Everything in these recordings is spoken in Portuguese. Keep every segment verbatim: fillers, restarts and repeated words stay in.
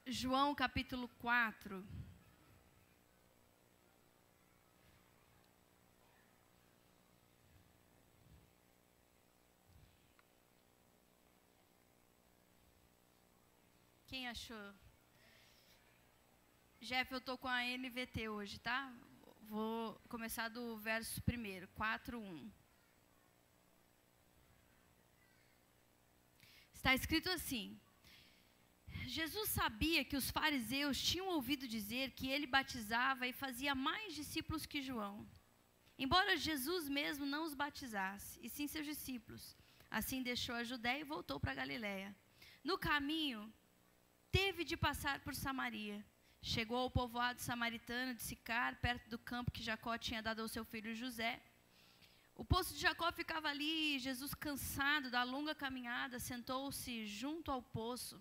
João capítulo quatro. Quem achou? Jeff, eu estou com a N V T hoje, tá? Vou começar do verso primeiro, quatro, um. Está escrito assim: Jesus sabia que os fariseus tinham ouvido dizer que ele batizava e fazia mais discípulos que João, embora Jesus mesmo não os batizasse, e sim seus discípulos. Assim deixou a Judéia e voltou para a Galiléia. No caminho, teve de passar por Samaria. Chegou ao povoado samaritano de Sicar, perto do campo que Jacó tinha dado ao seu filho José. O poço de Jacó ficava ali, e Jesus, cansado da longa caminhada, sentou-se junto ao poço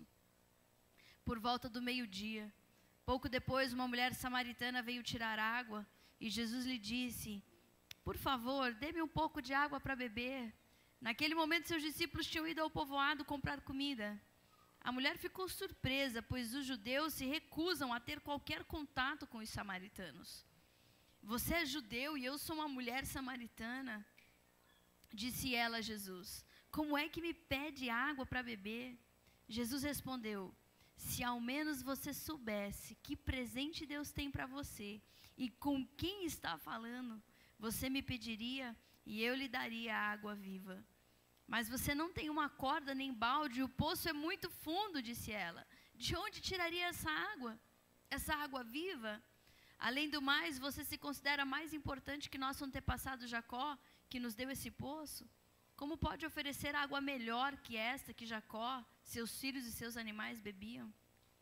por volta do meio-dia. Pouco depois, uma mulher samaritana veio tirar água, e Jesus lhe disse: por favor, dê-me um pouco de água para beber. Naquele momento, seus discípulos tinham ido ao povoado comprar comida. A mulher ficou surpresa, pois os judeus se recusam a ter qualquer contato com os samaritanos. Você é judeu e eu sou uma mulher samaritana? Disse ela a Jesus: como é que me pede água para beber? Jesus respondeu: se ao menos você soubesse que presente Deus tem para você e com quem está falando, você me pediria e eu lhe daria água viva. Mas você não tem uma corda nem balde, o poço é muito fundo, disse ela. De onde tiraria essa água? Essa água viva? Além do mais, você se considera mais importante que nosso antepassado Jacó, que nos deu esse poço? Como pode oferecer água melhor que esta que Jacó, seus filhos e seus animais bebiam?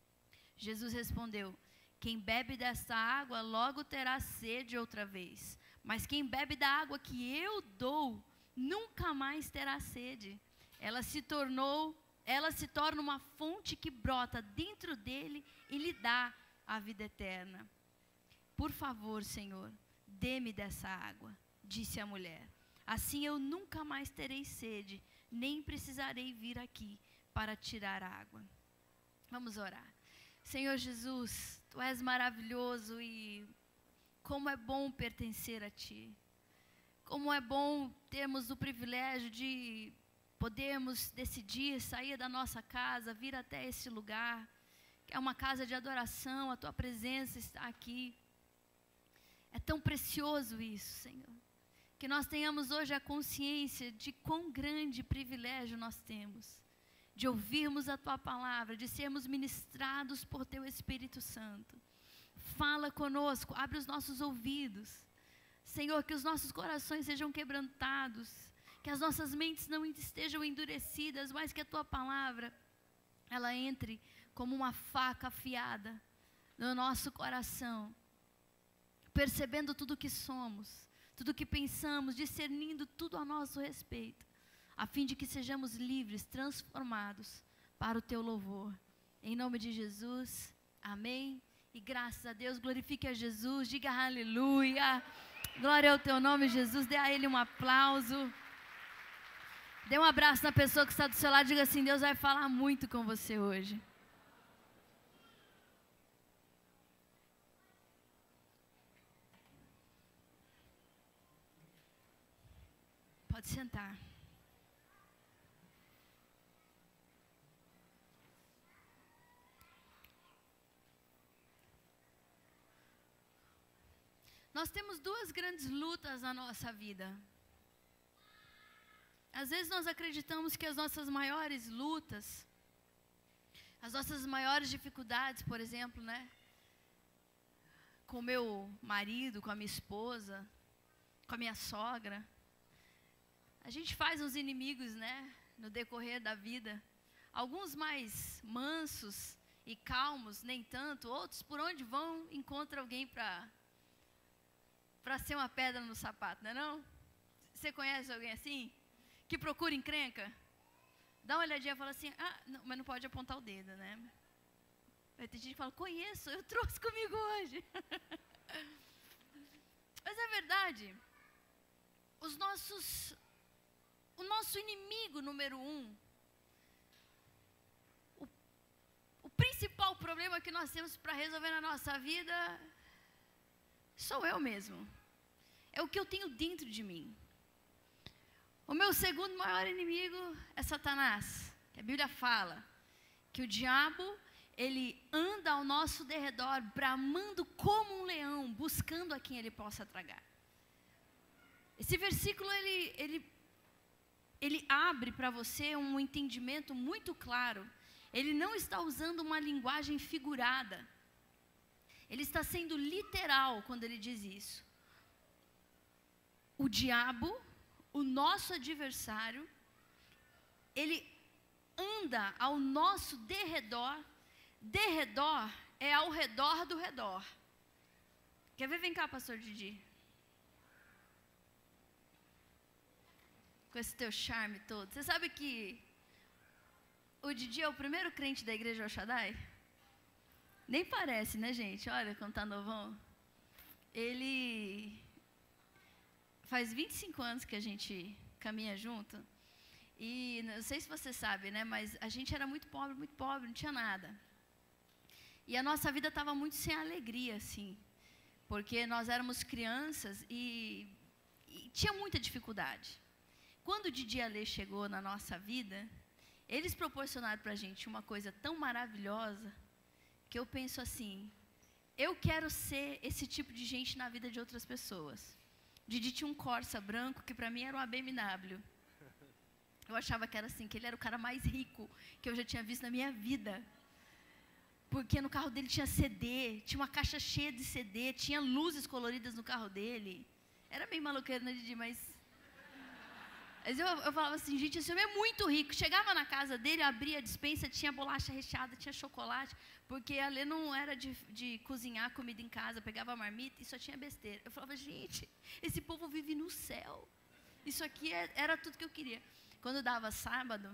Jesus respondeu: quem bebe desta água logo terá sede outra vez. Mas quem bebe da água que eu dou, nunca mais terá sede. Ela se tornou, ela se torna uma fonte que brota dentro dele e lhe dá a vida eterna. Por favor, Senhor, dê-me dessa água, disse a mulher. Assim eu nunca mais terei sede, nem precisarei vir aqui para tirar água. Vamos orar. Senhor Jesus, Tu és maravilhoso e como é bom pertencer a Ti. Como é bom termos o privilégio de podermos decidir sair da nossa casa, vir até esse lugar, que é uma casa de adoração, a Tua presença está aqui. É tão precioso isso, Senhor, que nós tenhamos hoje a consciência de quão grande privilégio nós temos, de ouvirmos a Tua palavra, de sermos ministrados por Teu Espírito Santo. Fala conosco, abre os nossos ouvidos. Senhor, que os nossos corações sejam quebrantados, que as nossas mentes não estejam endurecidas, mas que a Tua palavra, ela entre como uma faca afiada no nosso coração, percebendo tudo o que somos, tudo o que pensamos, discernindo tudo a nosso respeito, a fim de que sejamos livres, transformados para o Teu louvor. Em nome de Jesus, amém. E graças a Deus, glorifique a Jesus, diga aleluia. Glória ao Teu nome, Jesus. Dê a Ele um aplauso. Dê um abraço na pessoa que está do seu lado e diga assim: Deus vai falar muito com você hoje. Pode sentar. Nós temos duas grandes lutas na nossa vida. Às vezes nós acreditamos que as nossas maiores lutas, as nossas maiores dificuldades, por exemplo, né, com o meu marido, com a minha esposa, com a minha sogra, a gente faz uns inimigos, né, no decorrer da vida. Alguns mais mansos e calmos, nem tanto. Outros, por onde vão, encontram alguém para para ser uma pedra no sapato, não é não? Você conhece alguém assim? Que procura encrenca? Dá uma olhadinha e fala assim: ah, não, mas não pode apontar o dedo, né? Aí tem gente que fala: conheço, eu trouxe comigo hoje. Mas é verdade. Os nossos, o nosso inimigo número um, o, o principal problema que nós temos para resolver na nossa vida sou eu mesmo. É o que eu tenho dentro de mim. O meu segundo maior inimigo é Satanás. Que a Bíblia fala que o diabo, ele anda ao nosso derredor, bramando como um leão, buscando a quem ele possa tragar. Esse versículo, ele, ele, ele abre para você um entendimento muito claro. Ele não está usando uma linguagem figurada. Ele está sendo literal quando ele diz isso. O diabo, o nosso adversário, ele anda ao nosso derredor. Derredor é ao redor do redor. Quer ver? Vem cá, pastor Didi. Com esse teu charme todo. Você sabe que o Didi é o primeiro crente da igreja El Shaddai? Nem parece, né, gente? Olha como tá novão. Ele faz vinte e cinco anos que a gente caminha junto. E não sei se você sabe, né, mas a gente era muito pobre, muito pobre, não tinha nada. E a nossa vida estava muito sem alegria, assim. Porque nós éramos crianças e, e tinha muita dificuldade. Quando o Didi e a Lê chegou na nossa vida, eles proporcionaram para a gente uma coisa tão maravilhosa, que eu penso assim, eu quero ser esse tipo de gente na vida de outras pessoas. Didi tinha um Corsa branco, que para mim era uma B M W. Eu achava que era assim, que ele era o cara mais rico que eu já tinha visto na minha vida. Porque no carro dele tinha C D, tinha uma caixa cheia de C D, tinha luzes coloridas no carro dele. Era bem maloqueiro, né, Didi? Mas... Mas eu, eu falava assim, gente, esse homem é muito rico. Chegava na casa dele, abria a despensa, tinha bolacha recheada, tinha chocolate, porque a Lê não era de, de cozinhar comida em casa, pegava a marmita e só tinha besteira. Eu falava, gente, esse povo vive no céu. Isso aqui é, era tudo que eu queria. Quando dava sábado,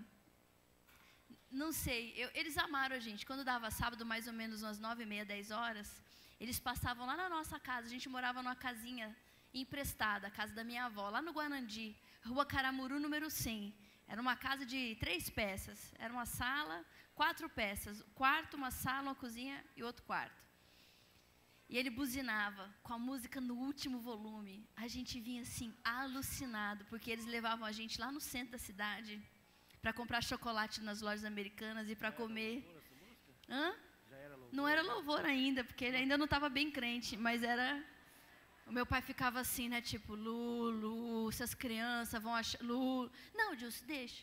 não sei, eu, eles amaram a gente. Quando dava sábado, mais ou menos umas nove e meia, dez horas, eles passavam lá na nossa casa. A gente morava numa casinha emprestada, a casa da minha avó, lá no Guanandi. Rua Caramuru, número cem. Era uma casa de três peças. Era uma sala, quatro peças. Quarto, uma sala, uma cozinha e outro quarto. E ele buzinava com a música no último volume. A gente vinha assim, alucinado, porque eles levavam a gente lá no centro da cidade para comprar chocolate nas lojas americanas e para comer. Hã? Já era louvor? Não era louvor ainda, porque ele ainda não estava bem crente, mas era... O meu pai ficava assim, né, tipo, Lu, Lu, essas crianças vão achar, Lu, não, Dilson, deixa.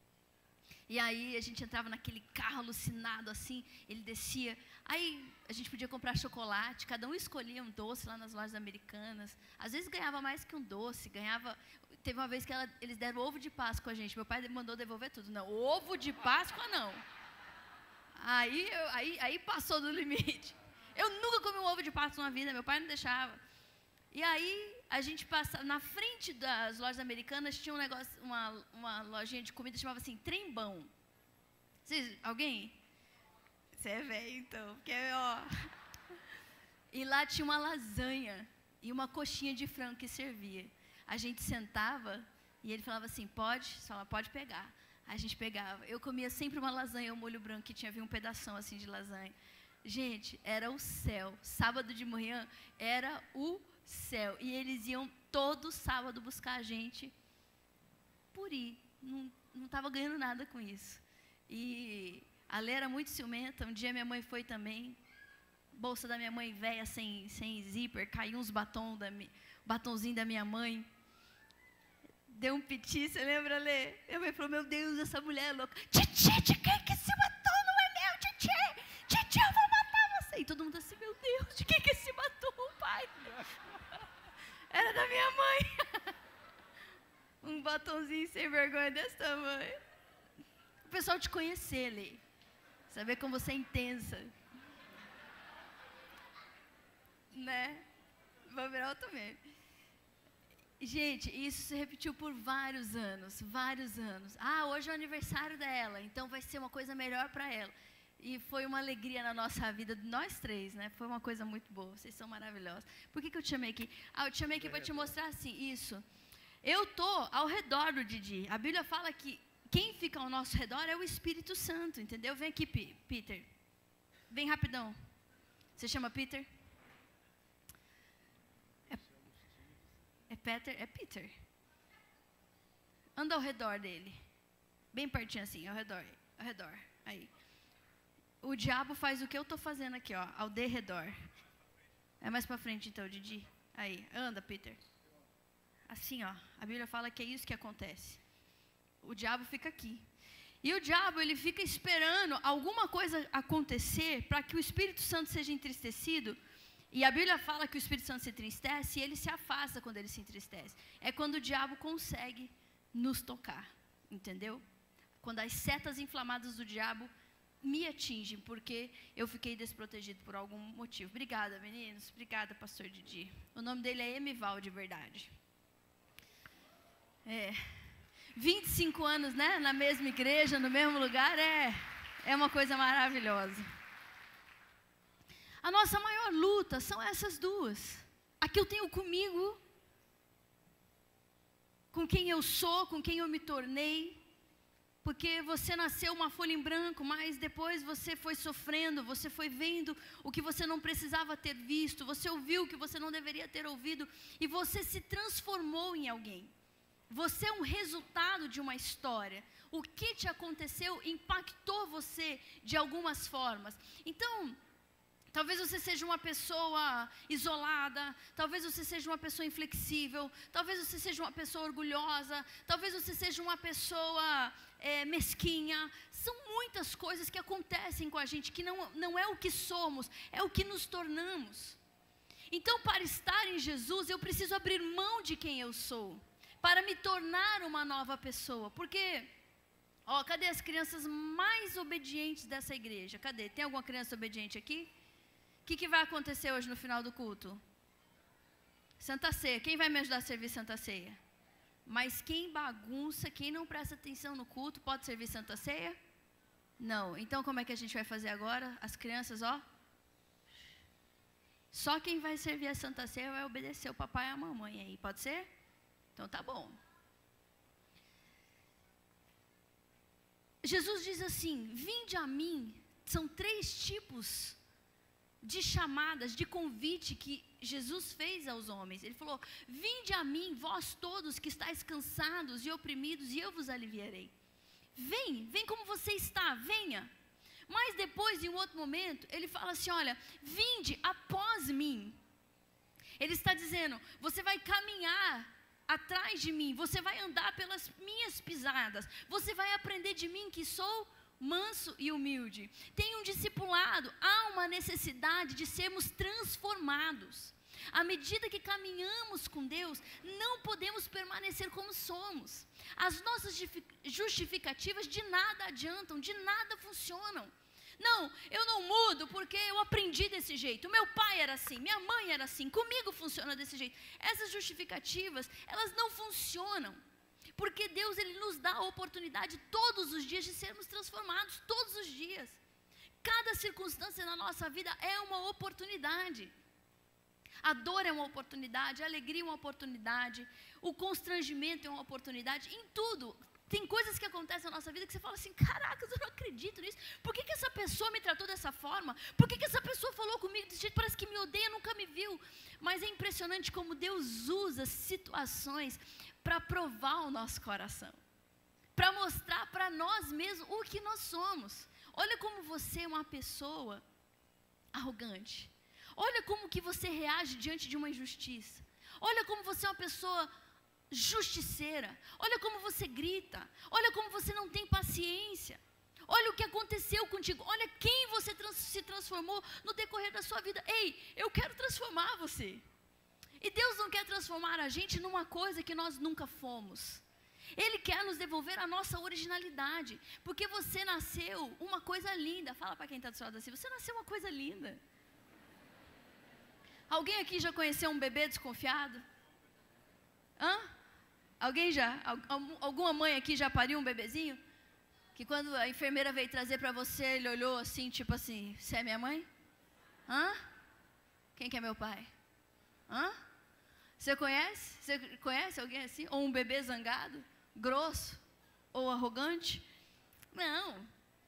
E aí a gente entrava naquele carro alucinado assim, ele descia, aí a gente podia comprar chocolate, cada um escolhia um doce lá nas lojas americanas, às vezes ganhava mais que um doce, ganhava, teve uma vez que ela, eles deram ovo de Páscoa a gente, meu pai mandou devolver tudo, não, ovo de Páscoa não. Aí, eu, aí, aí passou do limite. Eu nunca comi um ovo de Páscoa na vida, meu pai não deixava. E aí, a gente passava, na frente das lojas americanas, tinha um negócio, uma, uma lojinha de comida, chamava assim, Trembão. Vocês, alguém? Você é velho, então, porque, ó... E lá tinha uma lasanha e uma coxinha de frango que servia. A gente sentava e ele falava assim, pode? Você falava, pode pegar. A gente pegava. Eu comia sempre uma lasanha, um molho branco, que tinha vindo um pedação assim de lasanha. Gente, era o céu. Sábado de manhã era o céu. E eles iam todo sábado buscar a gente por ir. Não estava ganhando nada com isso. E a Lê era muito ciumenta. Um dia minha mãe foi também. Bolsa da minha mãe velha, sem, sem zíper. Caiu uns batom da, batonzinho da minha mãe. Deu um piti, você lembra, Lê? Minha mãe falou, meu Deus, essa mulher é louca. Titi, de quem que esse batom não é meu, Titi? Titi, eu vou matar você. E todo mundo assim, meu Deus, de quem que esse batom, pai? Era da minha mãe. Um batonzinho sem vergonha desse tamanho. O pessoal te conhecer, Lê. Saber como você é intensa. Né? Vou virar outro meme. Gente, isso se repetiu por vários anos, vários anos. Ah, hoje é o aniversário dela, então vai ser uma coisa melhor para ela. E foi uma alegria na nossa vida, nós três, né? Foi uma coisa muito boa, vocês são maravilhosos. Por que, que eu te chamei aqui? Ah, eu te chamei aqui para te mostrar assim, isso. Eu estou ao redor do Didi. A Bíblia fala que quem fica ao nosso redor é o Espírito Santo, entendeu? Vem aqui, Peter. Vem rapidão. Você chama Peter? É, é Peter? É Peter. Anda ao redor dele. Bem pertinho assim, ao redor. Ao redor. Aí. O diabo faz o que eu estou fazendo aqui, ó. Ao derredor. É mais para frente então, Didi. Aí. Anda, Peter. Assim, ó. A Bíblia fala que é isso que acontece. O diabo fica aqui. E o diabo, ele fica esperando alguma coisa acontecer para que o Espírito Santo seja entristecido. E a Bíblia fala que o Espírito Santo se entristece e ele se afasta quando ele se entristece. É quando o diabo consegue nos tocar, entendeu? Quando as setas inflamadas do diabo me atingem, porque eu fiquei desprotegido por algum motivo. Obrigada, meninos. Obrigada, pastor Didi. O nome dele é Emival, de verdade. É... vinte e cinco anos, né, na mesma igreja, no mesmo lugar, é, é uma coisa maravilhosa. A nossa maior luta são essas duas. A que eu tenho comigo, com quem eu sou, com quem eu me tornei. Porque você nasceu uma folha em branco, mas depois você foi sofrendo, você foi vendo o que você não precisava ter visto, você ouviu o que você não deveria ter ouvido, e você se transformou em alguém. Você é um resultado de uma história. O que te aconteceu impactou você de algumas formas. Então, talvez você seja uma pessoa isolada, talvez você seja uma pessoa inflexível, talvez você seja uma pessoa orgulhosa, talvez você seja uma pessoa é, mesquinha. São muitas coisas que acontecem com a gente, que não, não é o que somos, é o que nos tornamos. Então, para estar em Jesus, eu preciso abrir mão de quem eu sou, para me tornar uma nova pessoa. Porque, ó, cadê as crianças mais obedientes dessa igreja? Cadê? Tem alguma criança obediente aqui? O que, que vai acontecer hoje no final do culto? Santa Ceia. Quem vai me ajudar a servir Santa Ceia? Mas quem bagunça, quem não presta atenção no culto, pode servir Santa Ceia? Não. Então como é que a gente vai fazer agora? As crianças, ó. Só quem vai servir a Santa Ceia vai obedecer o papai e a mamãe aí. Pode ser? Então tá bom. Jesus diz assim: vinde a mim. São três tipos de chamadas, de convite que Jesus fez aos homens. Ele falou: vinde a mim, vós todos que estáis cansados e oprimidos, e eu vos aliviarei. Vem, vem como você está, venha. Mas depois, em um outro momento, ele fala assim: olha, vinde após mim. Ele está dizendo: você vai caminhar atrás de mim, você vai andar pelas minhas pisadas, você vai aprender de mim que sou manso e humilde. Tem um discipulado, há uma necessidade de sermos transformados. À medida que caminhamos com Deus, não podemos permanecer como somos. As nossas justificativas de nada adiantam, de nada funcionam. Não, eu não mudo porque eu aprendi desse jeito. Meu pai era assim, minha mãe era assim, comigo funciona desse jeito. Essas justificativas, elas não funcionam. Porque Deus, Ele nos dá a oportunidade todos os dias de sermos transformados, todos os dias. Cada circunstância na nossa vida é uma oportunidade. A dor é uma oportunidade, a alegria é uma oportunidade, o constrangimento é uma oportunidade, em tudo. Tem coisas que acontecem na nossa vida que você fala assim: caraca, eu não acredito nisso. Por que, que essa pessoa me tratou dessa forma? Por que, que essa pessoa falou comigo desse jeito? Parece que me odeia, nunca me viu. Mas é impressionante como Deus usa situações para provar o nosso coração, para mostrar para nós mesmos o que nós somos. Olha como você é uma pessoa arrogante. Olha como que você reage diante de uma injustiça. Olha como você é uma pessoa justiceira. Olha como você grita. Olha como você não tem paciência. Olha o que aconteceu contigo. Olha quem você trans- se transformou no decorrer da sua vida. Ei, eu quero transformar você. E Deus não quer transformar a gente numa coisa que nós nunca fomos. Ele quer nos devolver a nossa originalidade. Porque você nasceu uma coisa linda. Fala para quem está do seu lado assim: você nasceu uma coisa linda. Alguém aqui já conheceu um bebê desconfiado? Hã? Alguém já? Alguma mãe aqui já pariu um bebezinho? Que quando a enfermeira veio trazer para você, ele olhou assim, tipo assim: você é minha mãe? Hã? Quem que é meu pai? Hã? Você conhece? Você conhece alguém assim? Ou um bebê zangado? Grosso? Ou arrogante? Não.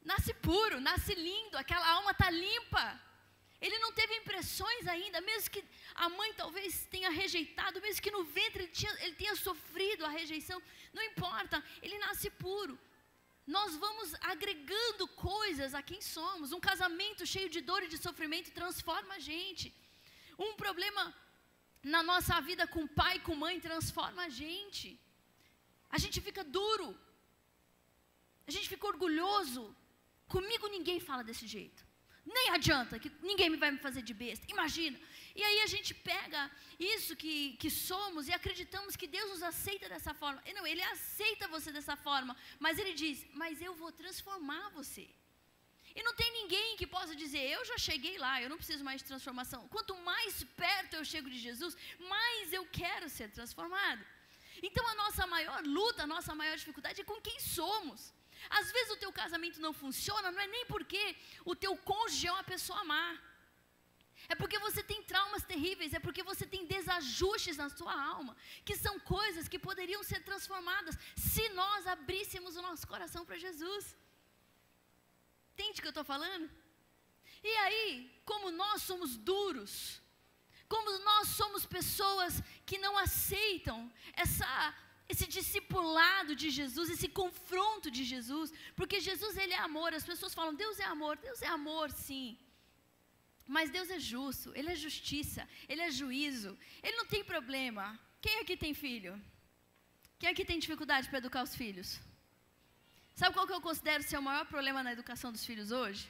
nasce puro, nasce lindo, aquela alma está limpa. Ele não teve impressões ainda, mesmo que a mãe talvez tenha rejeitado, mesmo que no ventre ele, tinha, ele tenha sofrido a rejeição, não importa, ele nasce puro. Nós vamos agregando coisas a quem somos. Um casamento cheio de dor e de sofrimento transforma a gente. Um problema na nossa vida com pai e com mãe transforma a gente. A gente fica duro. A gente fica orgulhoso. Comigo ninguém fala desse jeito. Nem adianta, que ninguém vai me fazer de besta. Imagina. E aí a gente pega isso que, que somos e acreditamos que Deus nos aceita dessa forma. E não, Ele aceita você dessa forma. Mas Ele diz, mas eu vou transformar você. E não tem ninguém que possa dizer, eu já cheguei lá, eu não preciso mais de transformação. Quanto mais perto eu chego de Jesus, mais eu quero ser transformado. Então a nossa maior luta, a nossa maior dificuldade é com quem somos. Às vezes o teu casamento não funciona, não é nem porque o teu cônjuge é uma pessoa má. É porque você tem traumas terríveis, é porque você tem desajustes na sua alma, que são coisas que poderiam ser transformadas se nós abríssemos o nosso coração para Jesus. Entende o que eu estou falando? E aí, como nós somos duros, como nós somos pessoas que não aceitam essa, esse discipulado de Jesus, esse confronto de Jesus, porque Jesus ele é amor. As pessoas falam, Deus é amor, Deus é amor sim, mas Deus é justo, Ele é justiça, Ele é juízo, Ele não tem problema. Quem aqui tem filho? Quem aqui tem dificuldade para educar os filhos? Sabe qual que eu considero ser o maior problema na educação dos filhos hoje?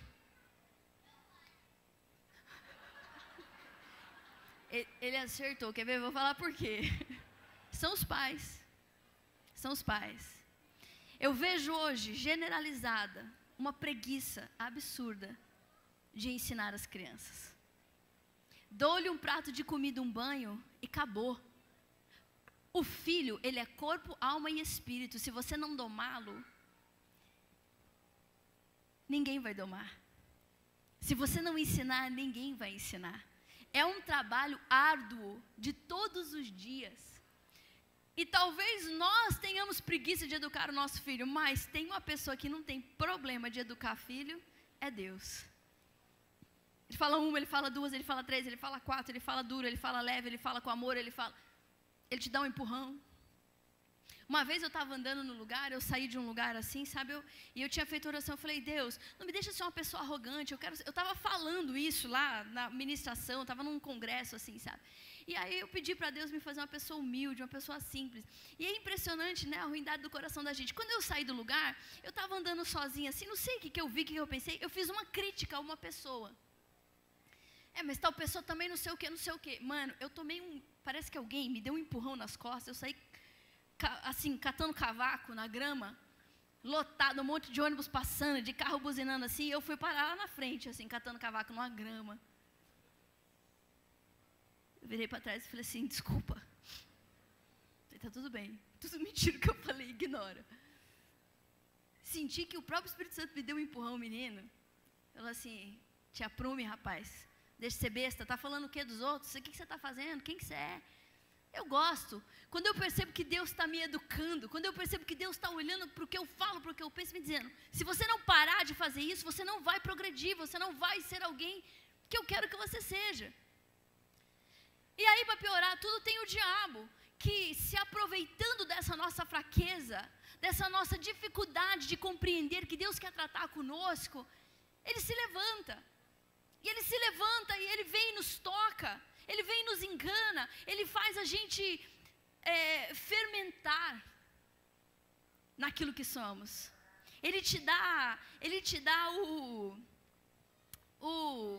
Ele acertou, quer ver? Vou falar por quê. São os pais. São os pais. Eu vejo hoje, generalizada, uma preguiça absurda de ensinar as crianças. Dou-lhe um prato de comida, um banho e acabou. O filho, ele é corpo, alma e espírito. Se você não domá-lo, ninguém vai domar. Se você não ensinar, ninguém vai ensinar. É um trabalho árduo de todos os dias. E talvez nós tenhamos preguiça de educar o nosso filho, mas tem uma pessoa que não tem problema de educar filho, é Deus. Ele fala uma, ele fala duas, ele fala três, ele fala quatro, ele fala duro, ele fala leve, ele fala com amor, ele fala... Ele te dá um empurrão. Uma vez eu estava andando no lugar, eu saí de um lugar assim, sabe, eu, e eu tinha feito oração, eu falei, Deus, não me deixa ser uma pessoa arrogante, eu quero, eu estava falando isso lá na ministração, eu estava num congresso assim, sabe, e aí eu pedi para Deus me fazer uma pessoa humilde, uma pessoa simples, e é impressionante, né, a ruindade do coração da gente. Quando eu saí do lugar, eu estava andando sozinha assim, não sei o que, que eu vi, o que, que eu pensei, eu fiz uma crítica a uma pessoa, é, mas tal pessoa também não sei o que, não sei o que, mano, eu tomei um, parece que alguém me deu um empurrão nas costas, eu saí assim, catando cavaco na grama, lotado, um monte de ônibus passando, de carro buzinando assim, eu fui parar lá na frente, assim, catando cavaco numa grama. Eu virei para trás e falei assim, desculpa. Falei, tá tudo bem, tudo mentira que eu falei, ignora. Senti que o próprio Espírito Santo me deu um empurrão, menino. Falou assim, te aprume, rapaz, deixa de ser besta, tá falando o que dos outros? O que, que você está fazendo? Quem que você é? Eu gosto, quando eu percebo que Deus está me educando, quando eu percebo que Deus está olhando para o que eu falo, para o que eu penso, me dizendo, se você não parar de fazer isso, você não vai progredir, você não vai ser alguém que eu quero que você seja. E aí, para piorar, tudo tem o diabo, que se aproveitando dessa nossa fraqueza, dessa nossa dificuldade de compreender que Deus quer tratar conosco, ele se levanta, e ele se levanta e ele vem e nos toca, ele vem e nos engana, ele faz a gente é, fermentar naquilo que somos. Ele te dá, ele te dá o, o,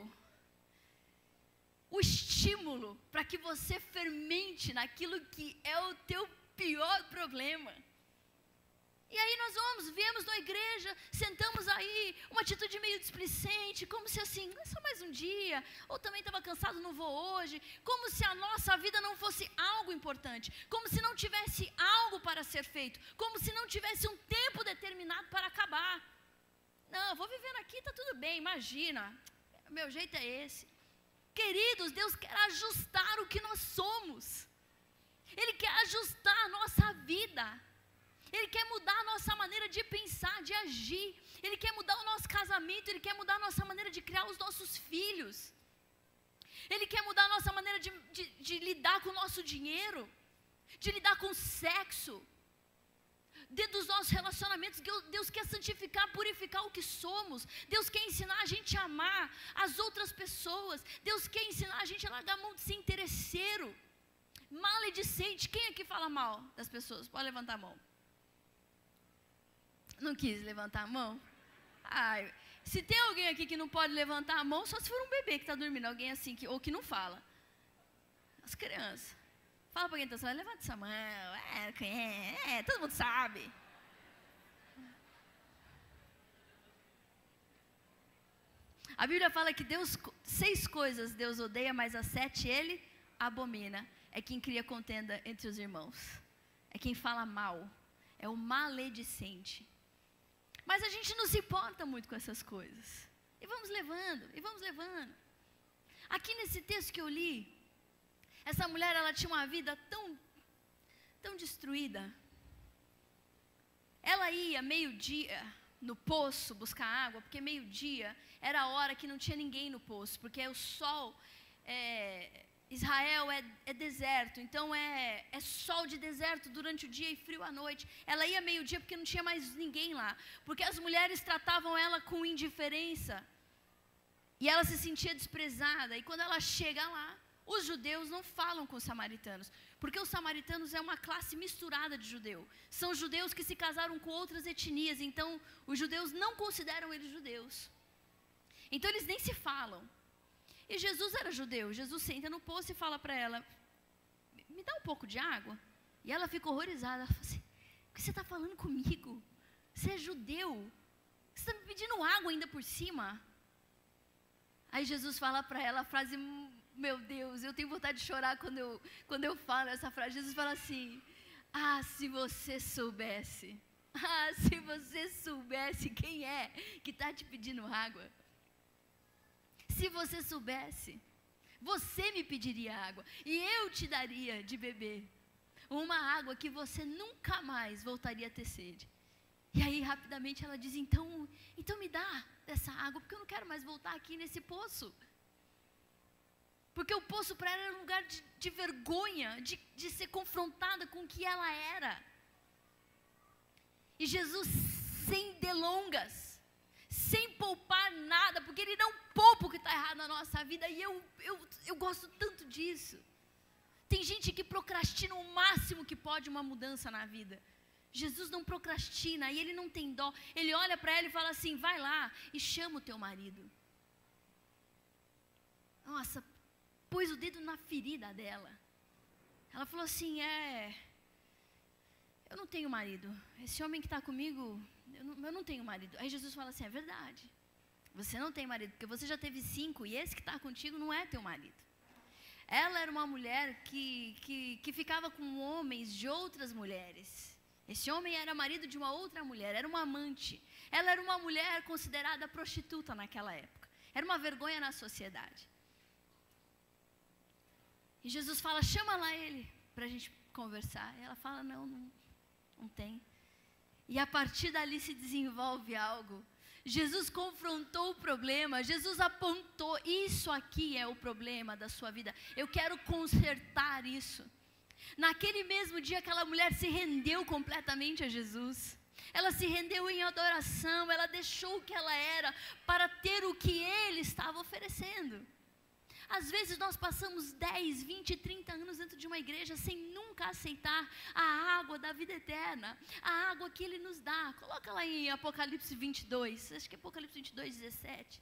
o estímulo para que você fermente naquilo que é o teu pior problema. E aí nós vamos, viemos na igreja, sentamos aí, uma atitude meio displicente, como se assim, é só mais um dia, ou também estava cansado, não vou hoje, como se a nossa vida não fosse algo importante, como se não tivesse algo para ser feito, como se não tivesse um tempo determinado para acabar. Não, vou vivendo aqui, está tudo bem, imagina, meu jeito é esse. Queridos, Deus quer ajustar o que nós somos, Ele quer ajustar a nossa vida. Ele quer mudar a nossa maneira de pensar, de agir. Ele quer mudar o nosso casamento, Ele quer mudar a nossa maneira de criar os nossos filhos. Ele quer mudar a nossa maneira de, de, de lidar com o nosso dinheiro, de lidar com o sexo. Dentro dos nossos relacionamentos, Deus quer santificar, purificar o que somos. Deus quer ensinar a gente a amar as outras pessoas. Deus quer ensinar a gente a largar a mão de ser interesseiro, maledicente. Quem aqui fala mal das pessoas? Pode levantar a mão. Não quis levantar a mão? Ai, se tem alguém aqui que não pode levantar a mão, só se for um bebê que está dormindo, alguém assim, que, ou que não fala. As crianças. Fala para quem está falando, levanta essa mão, é, é, é, todo mundo sabe. A Bíblia fala que Deus, seis coisas Deus odeia, mas as sete Ele abomina. É quem cria contenda entre os irmãos. É quem fala mal. É o maledicente. Mas a gente não se importa muito com essas coisas. E vamos levando, e vamos levando. Aqui nesse texto que eu li, essa mulher, ela tinha uma vida tão, tão destruída. Ela ia meio-dia no poço buscar água, porque meio-dia era a hora que não tinha ninguém no poço, porque o sol, é, Israel é, é deserto, então é, é sol de deserto durante o dia e frio à noite. Ela ia meio-dia porque não tinha mais ninguém lá, porque as mulheres tratavam ela com indiferença, e ela se sentia desprezada, e quando ela chega lá, os judeus não falam com os samaritanos, porque os samaritanos é uma classe misturada de judeu. São judeus que se casaram com outras etnias, então os judeus não consideram eles judeus. Então eles nem se falam. E Jesus era judeu. Jesus senta no poço e fala para ela, me dá um pouco de água. E ela fica horrorizada. Ela fala assim, o que você está falando comigo? Você é judeu. Você está me pedindo água ainda por cima? Aí Jesus fala para ela a frase... Meu Deus, eu tenho vontade de chorar quando eu, quando eu falo essa frase. Jesus fala assim, ah, se você soubesse, ah, se você soubesse quem é que está te pedindo água. Se você soubesse, você me pediria água e eu te daria de beber uma água que você nunca mais voltaria a ter sede. E aí rapidamente ela diz, então, então me dá dessa água, porque eu não quero mais voltar aqui nesse poço. Porque o poço para ela era um lugar de, de vergonha, de, de ser confrontada com o que ela era. E Jesus, sem delongas, sem poupar nada, porque Ele não poupa o que está errado na nossa vida, e eu, eu, eu gosto tanto disso. Tem gente que procrastina o máximo que pode uma mudança na vida. Jesus não procrastina, e Ele não tem dó. Ele olha para ela e fala assim, vai lá e chama o teu marido. Nossa, pôs o dedo na ferida dela. Ela falou assim, é, eu não tenho marido. Esse homem que está comigo, eu não, eu não tenho marido. Aí Jesus fala assim, é verdade. Você não tem marido, porque você já teve cinco, e esse que está contigo não é teu marido. Ela era uma mulher que, que, que ficava com homens de outras mulheres. Esse homem era marido de uma outra mulher, era uma amante. Ela era uma mulher considerada prostituta naquela época. Era uma vergonha na sociedade. E Jesus fala, chama lá ele para a gente conversar. E ela fala, não, não, não tem. E a partir dali se desenvolve algo. Jesus confrontou o problema, Jesus apontou, isso aqui é o problema da sua vida. Eu quero consertar isso. Naquele mesmo dia, aquela mulher se rendeu completamente a Jesus. Ela se rendeu em adoração, ela deixou o que ela era para ter o que Ele estava oferecendo. Às vezes nós passamos dez, vinte, trinta anos dentro de uma igreja sem nunca aceitar a água da vida eterna, a água que Ele nos dá. Coloca lá em Apocalipse vinte e dois, acho que é Apocalipse vinte e dois, dezessete.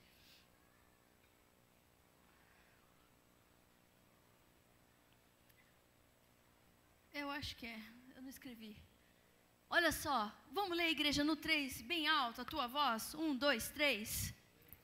Eu acho que é, eu não escrevi. Olha só, vamos ler a igreja no três, bem alto, a tua voz. Um, dois, três.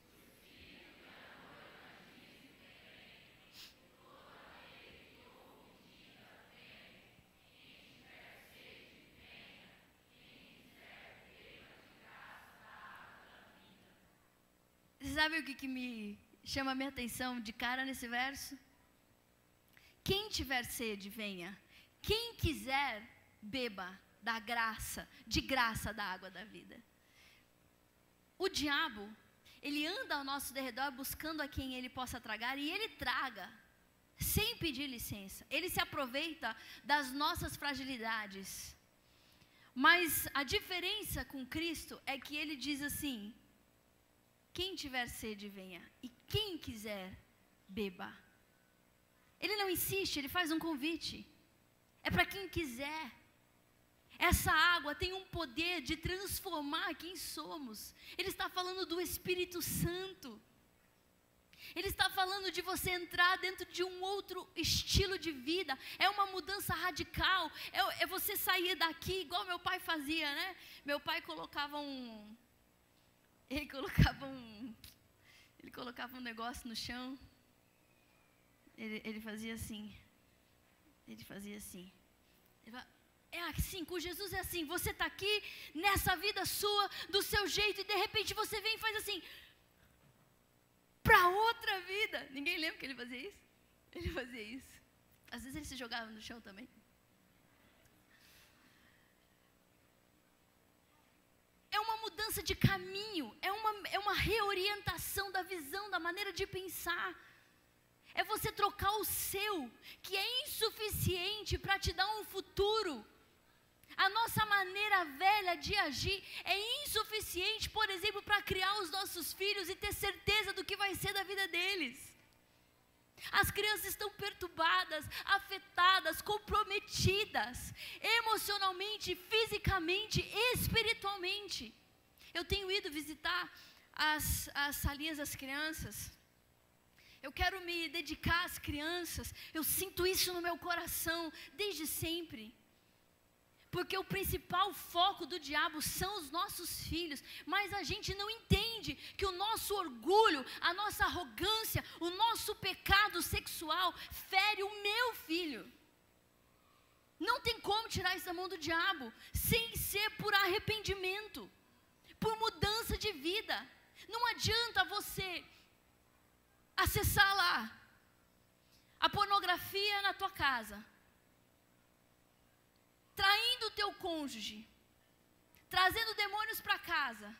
Você sabe o que, que me chama a minha atenção de cara nesse verso? Quem tiver sede, venha. Quem quiser, beba da graça, de graça da água da vida. O diabo, ele anda ao nosso derredor buscando a quem ele possa tragar, e ele traga, sem pedir licença. Ele se aproveita das nossas fragilidades. Mas a diferença com Cristo é que ele diz assim: quem tiver sede, venha, e quem quiser, beba. Ele não insiste, ele faz um convite. É para quem quiser. Essa água tem um poder de transformar quem somos. Ele está falando do Espírito Santo. Ele está falando de você entrar dentro de um outro estilo de vida. É uma mudança radical. É, é você sair daqui, igual meu pai fazia, né? Meu pai colocava um... Ele colocava um... Ele colocava um negócio no chão. Ele, ele fazia assim. Ele fazia assim. Ele fala, é assim, com Jesus é assim. Você está aqui, nessa vida sua, do seu jeito, e de repente você vem e faz assim... para outra vida. Ninguém lembra que ele fazia isso? Ele fazia isso. Às vezes ele se jogava no chão também. É uma mudança de caminho, é uma, é uma reorientação da visão, da maneira de pensar. É você trocar o seu, que é insuficiente para te dar um futuro. A nossa maneira velha de agir é insuficiente, por exemplo, para criar os nossos filhos e ter certeza do que vai ser da vida deles. As crianças estão perturbadas, afetadas, comprometidas, emocionalmente, fisicamente, espiritualmente. Eu tenho ido visitar as, as salinhas das crianças. Eu quero me dedicar às crianças. Eu sinto isso no meu coração desde sempre. Porque o principal foco do diabo são os nossos filhos. Mas a gente não entende que o nosso orgulho, a nossa arrogância, o nosso pecado sexual fere o meu filho. Não tem como tirar isso da mão do diabo sem ser por arrependimento, por mudança de vida. Não adianta você acessar lá a pornografia na tua casa, traindo o teu cônjuge, trazendo demônios para casa,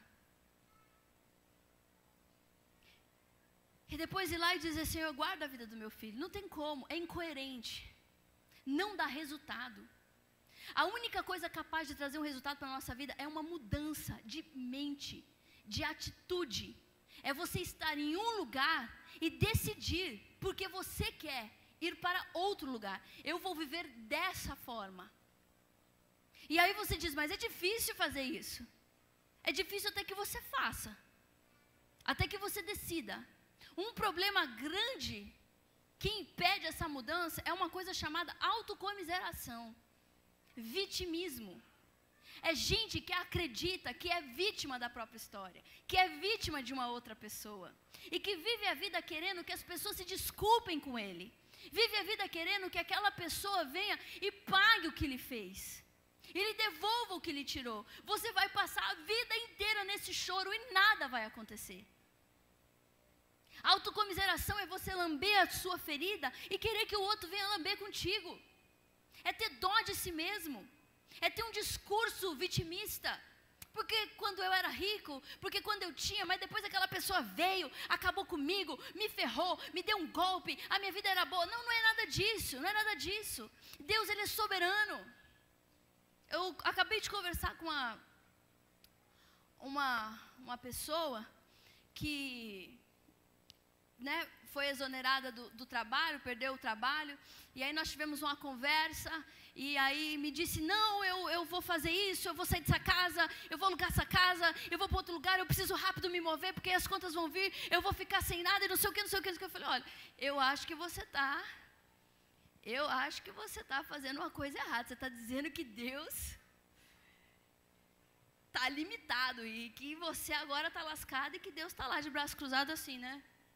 e depois ir lá e dizer: Senhor, guarda a vida do meu filho. Não tem como, é incoerente, não dá resultado. A única coisa capaz de trazer um resultado para a nossa vida é uma mudança de mente, de atitude. É você estar em um lugar e decidir, porque você quer ir para outro lugar. Eu vou viver dessa forma. E aí você diz: mas é difícil fazer isso. É difícil até que você faça, até que você decida. Um problema grande que impede essa mudança é uma coisa chamada autocomiseração, vitimismo. É gente que acredita que é vítima da própria história, que é vítima de uma outra pessoa, e que vive a vida querendo que as pessoas se desculpem com ele. Vive a vida querendo que aquela pessoa venha e pague o que lhe fez, e lhe devolva o que lhe tirou. Você vai passar a vida inteira nesse choro e nada vai acontecer. Autocomiseração é você lamber a sua ferida e querer que o outro venha lamber contigo. É ter dó de si mesmo. É ter um discurso vitimista. Porque quando eu era rico, porque quando eu tinha, mas depois aquela pessoa veio, acabou comigo, me ferrou, me deu um golpe, a minha vida era boa. Não, não é nada disso, não é nada disso. Deus, Ele é soberano. Eu acabei de conversar com uma, uma, uma pessoa que, né, foi exonerada do, do trabalho, perdeu o trabalho, e aí nós tivemos uma conversa, e aí me disse: não, eu, eu vou fazer isso, eu vou sair dessa casa, eu vou alugar essa casa, eu vou para outro lugar, eu preciso rápido me mover, porque as contas vão vir, eu vou ficar sem nada, e não sei o que, não sei o que, não sei o que. Eu falei: olha, eu acho que você está, eu acho que você está fazendo uma coisa errada, você está dizendo que Deus está limitado, e que você agora está lascado, e que Deus está lá de braço cruzado assim, né?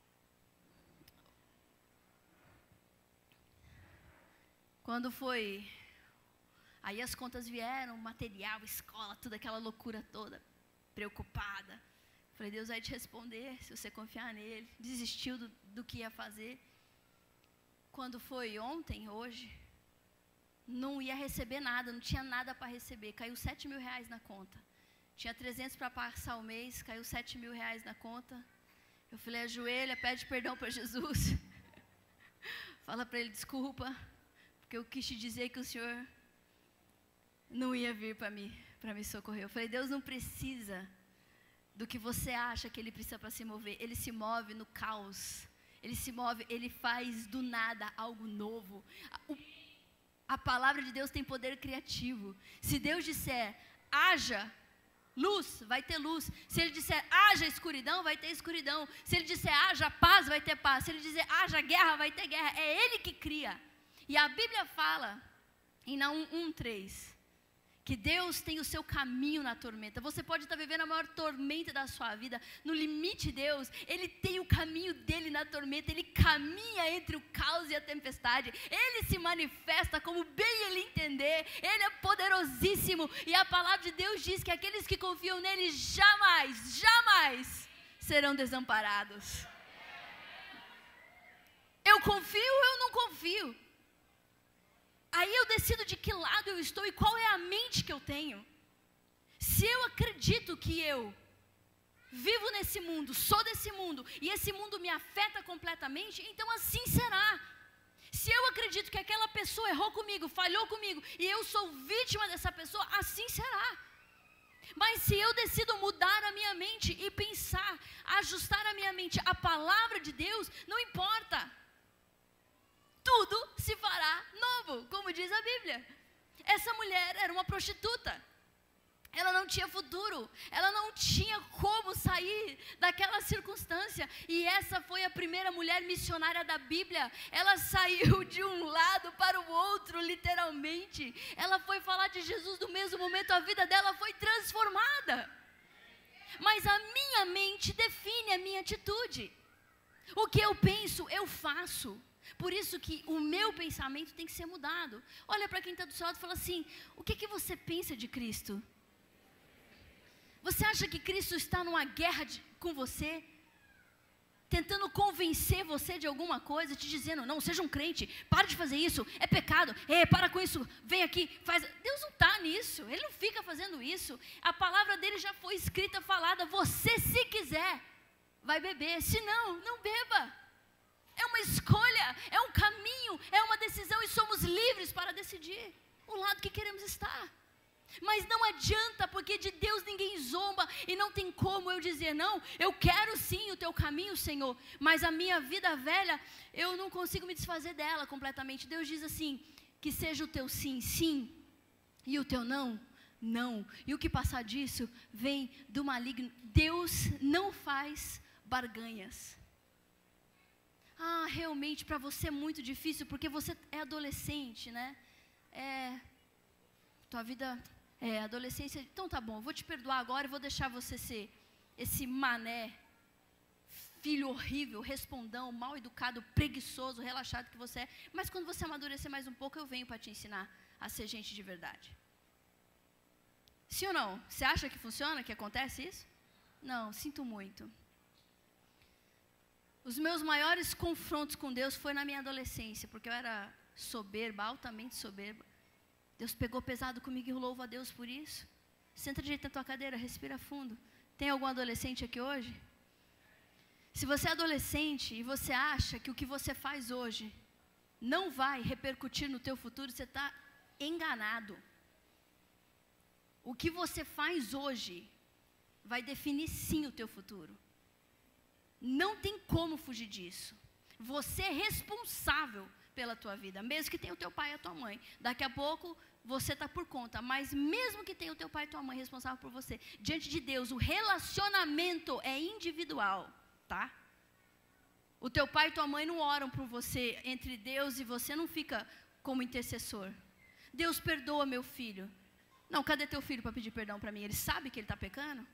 Quando foi, aí as contas vieram, material, escola, tudo aquela loucura toda, preocupada. Falei: Deus vai te responder se você confiar nele. Desistiu do, do que ia fazer. Quando foi ontem, hoje, não ia receber nada, não tinha nada para receber. Caiu sete mil reais na conta. Tinha trezentos para passar o mês, caiu sete mil reais na conta. Eu falei, ajoelha, pede perdão para Jesus. Fala para ele, desculpa, porque eu quis te dizer que o Senhor não ia vir para mim, para me socorrer. Eu falei, Deus não precisa do que você acha que Ele precisa para se mover. Ele se move no caos. Ele se move, Ele faz do nada algo novo. O, a palavra de Deus tem poder criativo. Se Deus disser, haja luz, vai ter luz. Se Ele disser, haja escuridão, vai ter escuridão. Se Ele disser, haja paz, vai ter paz. Se Ele dizer, haja guerra, vai ter guerra. É Ele que cria. E a Bíblia fala, em Naum um, três, que Deus tem o seu caminho na tormenta. Você pode estar vivendo a maior tormenta da sua vida. No limite, Deus, Ele tem o caminho dEle na tormenta. Ele caminha entre o caos e a tempestade. Ele se manifesta como bem Ele entender. Ele é poderosíssimo. E a palavra de Deus diz que aqueles que confiam nele jamais, jamais serão desamparados. Eu confio ou eu não confio? Aí eu decido de que lado eu estou e qual é a mente que eu tenho. Se eu acredito que eu vivo nesse mundo, sou desse mundo, e esse mundo me afeta completamente, então assim será. Se eu acredito que aquela pessoa errou comigo, falhou comigo, e eu sou vítima dessa pessoa, assim será. Mas se eu decido mudar a minha mente e pensar, ajustar a minha mente à palavra de Deus, não importa. Tudo se fará novo, como diz a Bíblia. Essa mulher era uma prostituta. Ela não tinha futuro. Ela não tinha como sair daquela circunstância. E essa foi a primeira mulher missionária da Bíblia. Ela saiu de um lado para o outro, literalmente. Ela foi falar de Jesus no mesmo momento. A vida dela foi transformada. Mas a minha mente define a minha atitude. O que eu penso, eu faço. Por isso que o meu pensamento tem que ser mudado. Olha para quem está do seu lado e fala assim, o que, que você pensa de Cristo? Você acha que Cristo está numa guerra de, com você? Tentando convencer você de alguma coisa, te dizendo, não, seja um crente, para de fazer isso, é pecado, é, para com isso, vem aqui, faz. Deus não está nisso, Ele não fica fazendo isso. A palavra dEle já foi escrita, falada, você se quiser, vai beber, se não, não beba. É uma escolha, é um caminho, é uma decisão e somos livres para decidir o lado que queremos estar. Mas não adianta, porque de Deus ninguém zomba e não tem como eu dizer, não, eu quero sim o teu caminho, Senhor, mas a minha vida velha, eu não consigo me desfazer dela completamente. Deus diz assim, que seja o teu sim, sim, e o teu não, não. E o que passar disso vem do maligno. Deus não faz barganhas. Ah, realmente para você é muito difícil, porque você é adolescente, né? É, tua vida é adolescência, então tá bom, eu vou te perdoar agora e vou deixar você ser esse mané, filho horrível, respondão, mal educado, preguiçoso, relaxado que você é. Mas quando você amadurecer mais um pouco, eu venho para te ensinar a ser gente de verdade. Sim ou não? Você acha que funciona, que acontece isso? Não, sinto muito. Os meus maiores confrontos com Deus foi na minha adolescência, porque eu era soberba, altamente soberba. Deus pegou pesado comigo e louvo a Deus por isso. Senta direito na tua cadeira, respira fundo. Tem algum adolescente aqui hoje? Se você é adolescente e você acha que o que você faz hoje não vai repercutir no teu futuro, você está enganado. O que você faz hoje vai definir sim o teu futuro. Não tem como fugir disso. Você é responsável pela tua vida, mesmo que tenha o teu pai e a tua mãe. Daqui a pouco você está por conta, mas mesmo que tenha o teu pai e tua mãe responsável por você, diante de Deus, o relacionamento é individual, tá? O teu pai e tua mãe não oram por você entre Deus e você não fica como intercessor. Deus perdoa meu filho. Não, cadê teu filho para pedir perdão para mim? Ele sabe que ele está pecando?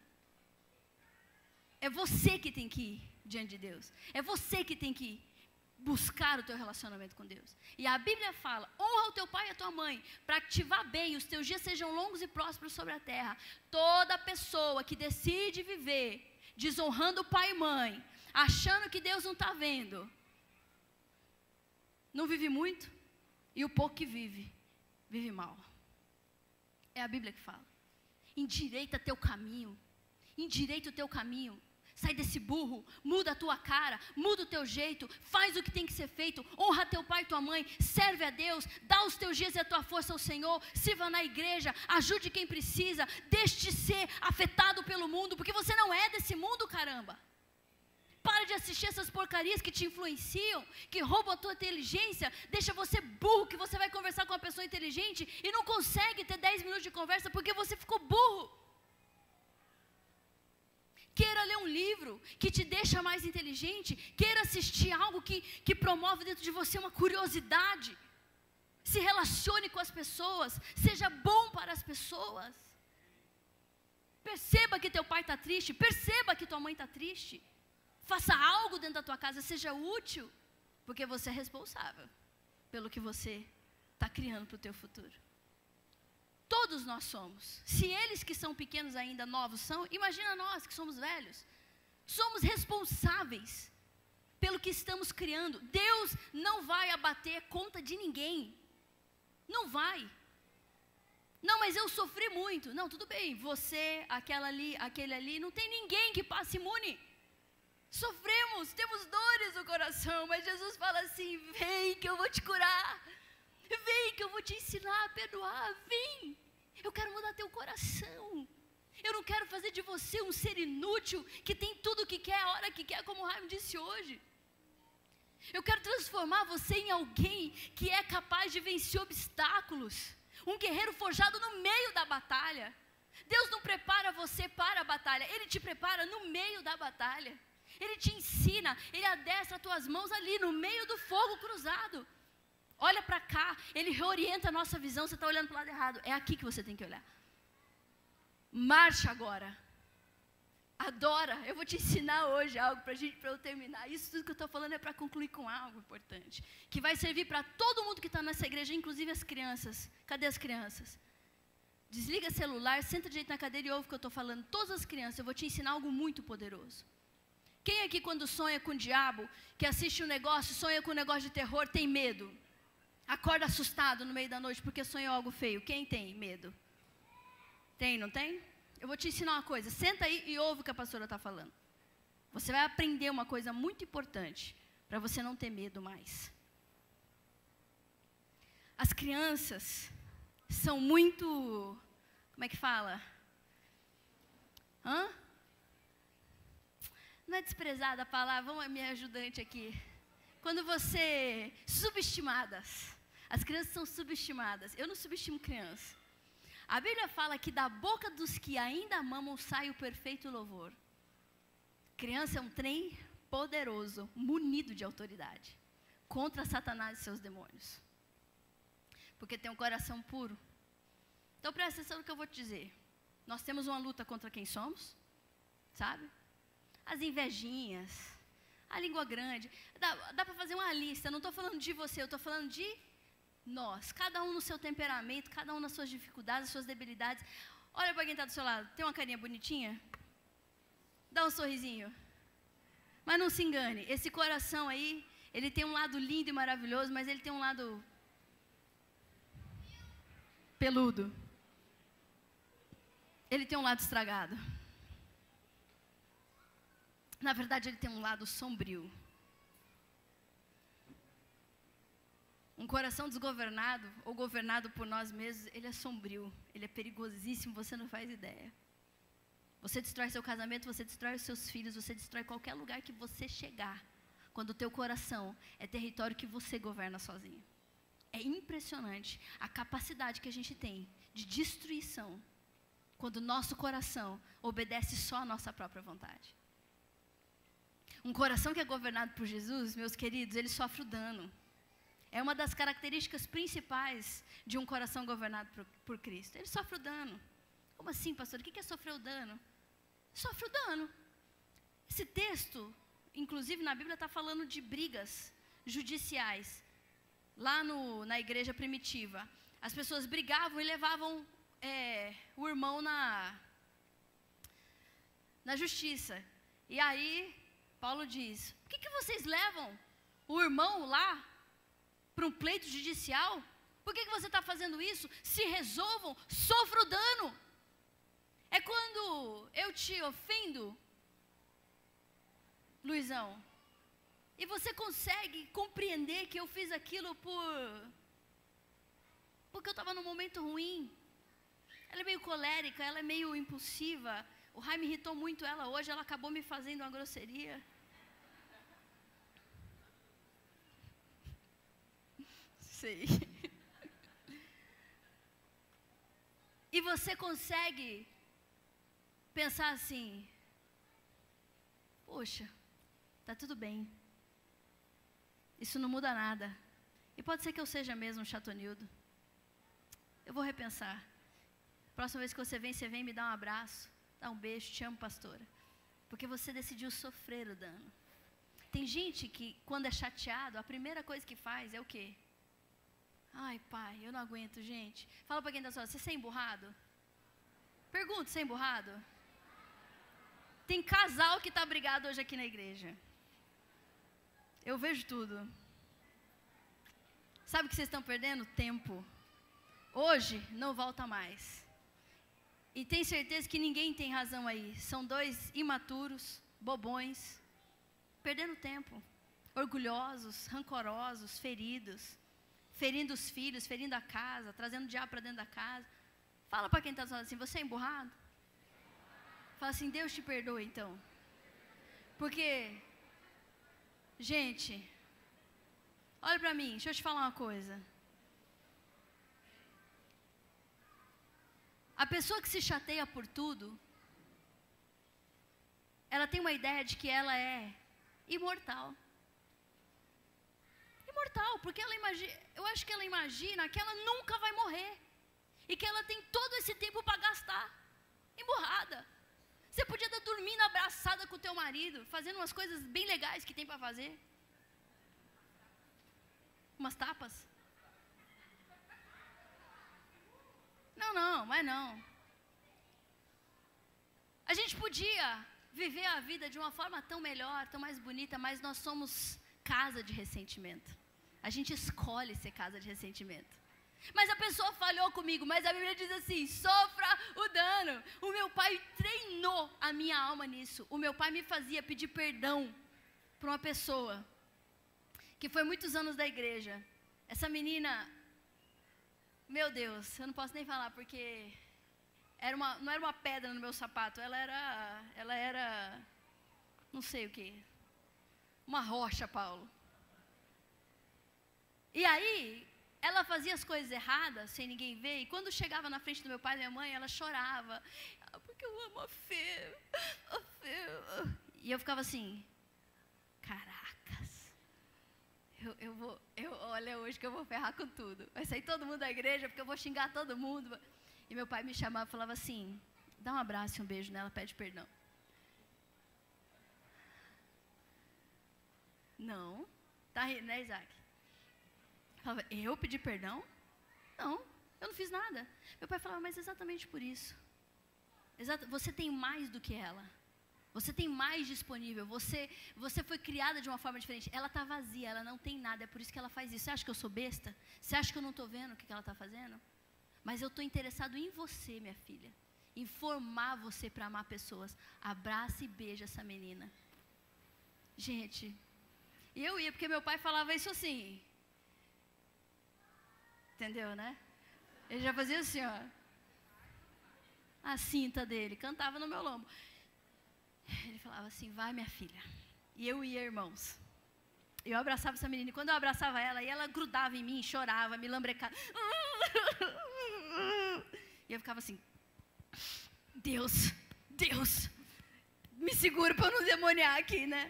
É você que tem que ir diante de Deus. É você que tem que buscar o teu relacionamento com Deus. E a Bíblia fala, honra o teu pai e a tua mãe, para que te vá bem, os teus dias sejam longos e prósperos sobre a terra. Toda pessoa que decide viver desonrando o pai e mãe, achando que Deus não está vendo, não vive muito, e o pouco que vive, vive mal. É a Bíblia que fala. Endireita teu caminho. Endireita o teu caminho. Sai desse burro, muda a tua cara, muda o teu jeito, faz o que tem que ser feito, honra teu pai e tua mãe, serve a Deus, dá os teus dias e a tua força ao Senhor, sirva na igreja, ajude quem precisa, deixe de ser afetado pelo mundo, porque você não é desse mundo, caramba. Para de assistir essas porcarias que te influenciam, que roubam a tua inteligência, deixa você burro, que você vai conversar com uma pessoa inteligente e não consegue ter dez minutos de conversa porque você ficou burro. Queira ler um livro que te deixa mais inteligente, queira assistir algo que, que promove dentro de você uma curiosidade. Se relacione com as pessoas, seja bom para as pessoas. Perceba que teu pai está triste, perceba que tua mãe está triste. Faça algo dentro da tua casa, seja útil, porque você é responsável pelo que você está criando para o teu futuro. Todos nós somos. Se eles que são pequenos ainda, novos são, imagina nós que somos velhos. Somos responsáveis pelo que estamos criando. Deus não vai abater conta de ninguém. Não vai. Não, mas eu sofri muito. Não, tudo bem. Você, aquela ali, aquele ali, não tem ninguém que passe imune. Sofremos, temos dores no coração, mas Jesus fala assim, vem que eu vou te curar. Vem que eu vou te ensinar a perdoar, vem. Eu quero mudar teu coração. Eu não quero fazer de você um ser inútil, que tem tudo o que quer, a hora que quer, como o Raim disse hoje. Eu quero transformar você em alguém que é capaz de vencer obstáculos. Um guerreiro forjado no meio da batalha. Deus não prepara você para a batalha, Ele te prepara no meio da batalha. Ele te ensina, Ele adestra as tuas mãos ali, no meio do fogo cruzado. Olha para cá, Ele reorienta a nossa visão, você está olhando para o lado errado, é aqui que você tem que olhar. Marcha agora. Adora, eu vou te ensinar hoje algo para a gente, para eu terminar. Isso tudo que eu estou falando é para concluir com algo importante, que vai servir para todo mundo que está nessa igreja, inclusive as crianças. Cadê as crianças? Desliga celular, senta direito na cadeira e ouve o que eu estou falando. Todas as crianças, eu vou te ensinar algo muito poderoso. Quem aqui quando sonha com o diabo, que assiste um negócio, sonha com um negócio de terror, tem medo? Acorda assustado no meio da noite porque sonhou algo feio. Quem tem medo? Tem, não tem? Eu vou te ensinar uma coisa. Senta aí e ouve o que a pastora está falando. Você vai aprender uma coisa muito importante para você não ter medo mais. As crianças são muito... Como é que fala? Hã? Não é desprezada a palavra, vamos me ajudante aqui. Quando você... Subestimadas. As crianças são subestimadas. Eu não subestimo criança. A Bíblia fala que da boca dos que ainda mamam sai o perfeito louvor. Criança é um trem poderoso, munido de autoridade, contra Satanás e seus demônios. Porque tem um coração puro. Então presta atenção no que eu vou te dizer. Nós temos uma luta contra quem somos, sabe? As invejinhas, a língua grande. Dá, dá para fazer uma lista, não estou falando de você, eu estou falando de nós. Cada um no seu temperamento, cada um nas suas dificuldades, nas suas debilidades. Olha para quem está do seu lado, tem uma carinha bonitinha? Dá um sorrisinho. Mas não se engane, esse coração aí, ele tem um lado lindo e maravilhoso, mas ele tem um lado peludo. Ele tem um lado estragado. Na verdade, ele tem um lado sombrio. Um coração desgovernado ou governado por nós mesmos, ele é sombrio, ele é perigosíssimo, você não faz ideia. Você destrói seu casamento, você destrói os seus filhos, você destrói qualquer lugar que você chegar, quando o teu coração é território que você governa sozinho. É impressionante a capacidade que a gente tem de destruição, quando o nosso coração obedece só a nossa própria vontade. Um coração que é governado por Jesus, meus queridos, ele sofre o dano. É uma das características principais de um coração governado por, por Cristo. Ele sofre o dano. Como assim, pastor? O que é sofrer o dano? Sofre o dano. Esse texto, inclusive na Bíblia, está falando de brigas judiciais. Lá no, na igreja primitiva, as pessoas brigavam e levavam é, o irmão na, na justiça. E aí, Paulo diz, por que, que vocês levam o irmão lá para um pleito judicial? Por que, que você está fazendo isso? Se resolvam, sofra o dano. É quando eu te ofendo, Luizão, e você consegue compreender que eu fiz aquilo por... porque eu estava num momento ruim. Ela é meio colérica, ela é meio impulsiva. O Rai me irritou muito ela hoje, ela acabou me fazendo uma grosseria. Sei. E você consegue pensar assim, poxa, tá tudo bem. Isso não muda nada. E pode ser que eu seja mesmo um chatonildo. Eu vou repensar. Próxima vez que você vem, você vem me dar um abraço, dá um beijo, te amo, pastora. Porque você decidiu sofrer o dano. Tem gente que, quando é chateado, a primeira coisa que faz é o quê? Ai, pai, eu não aguento, gente. Fala para quem está falando, você é emburrado? Pergunta, você é emburrado? Tem casal que está brigado hoje aqui na igreja. Eu vejo tudo. Sabe o que vocês estão perdendo? Tempo. Hoje não volta mais. E tem certeza que ninguém tem razão aí. São dois imaturos, bobões, perdendo tempo. Orgulhosos, rancorosos, feridos. Ferindo os filhos, ferindo a casa, trazendo o diabo para dentro da casa. Fala para quem está falando assim, você é emburrado? Fala assim, Deus te perdoe então. Porque, gente, olha para mim, deixa eu te falar uma coisa. A pessoa que se chateia por tudo, ela tem uma ideia de que ela é imortal. Imortal, porque ela imagina, eu acho que ela imagina que ela nunca vai morrer. E que ela tem todo esse tempo para gastar. Emburrada. Você podia estar dormindo abraçada com o teu marido, fazendo umas coisas bem legais que tem para fazer. Umas tapas. Não, não, mas não. A gente podia viver a vida de uma forma tão melhor, tão mais bonita, mas nós somos casa de ressentimento. A gente escolhe ser casa de ressentimento. Mas a pessoa falhou comigo, mas a Bíblia diz assim, sofra o dano. O meu pai treinou a minha alma nisso. O meu pai me fazia pedir perdão para uma pessoa que foi muitos anos da igreja. Essa menina, meu Deus, eu não posso nem falar porque era uma, não era uma pedra no meu sapato, ela era, ela era, não sei o que, uma rocha, Paulo. E aí, ela fazia as coisas erradas, sem ninguém ver, e quando chegava na frente do meu pai e da minha mãe, ela chorava. Ah, porque eu amo a Fê, a Fê. E eu ficava assim, caracas, eu, eu vou, eu, olha hoje que eu vou ferrar com tudo. Vai sair todo mundo da igreja, porque eu vou xingar todo mundo. E meu pai me chamava e falava assim, dá um abraço e um beijo nela, pede perdão. Não, tá rindo, né, Isaac? Falava, eu pedi perdão? Não, eu não fiz nada. Meu pai falava, mas exatamente por isso. Exato, você tem mais do que ela. Você tem mais disponível. Você, você foi criada de uma forma diferente. Ela está vazia, ela não tem nada. É por isso que ela faz isso. Você acha que eu sou besta? Você acha que eu não estou vendo o que ela está fazendo? Mas eu estou interessado em você, minha filha. Em formar você para amar pessoas. Abraça e beija essa menina. Gente, e eu ia, porque meu pai falava isso assim. Entendeu, né? Ele já fazia assim, ó. A cinta dele, cantava no meu lombo. Ele falava assim, vai minha filha. E eu ia, irmãos. Eu abraçava essa menina, e quando eu abraçava ela, e ela grudava em mim, chorava, me lambrecava. E eu ficava assim, Deus, Deus, me segura para eu não demoniar aqui, né?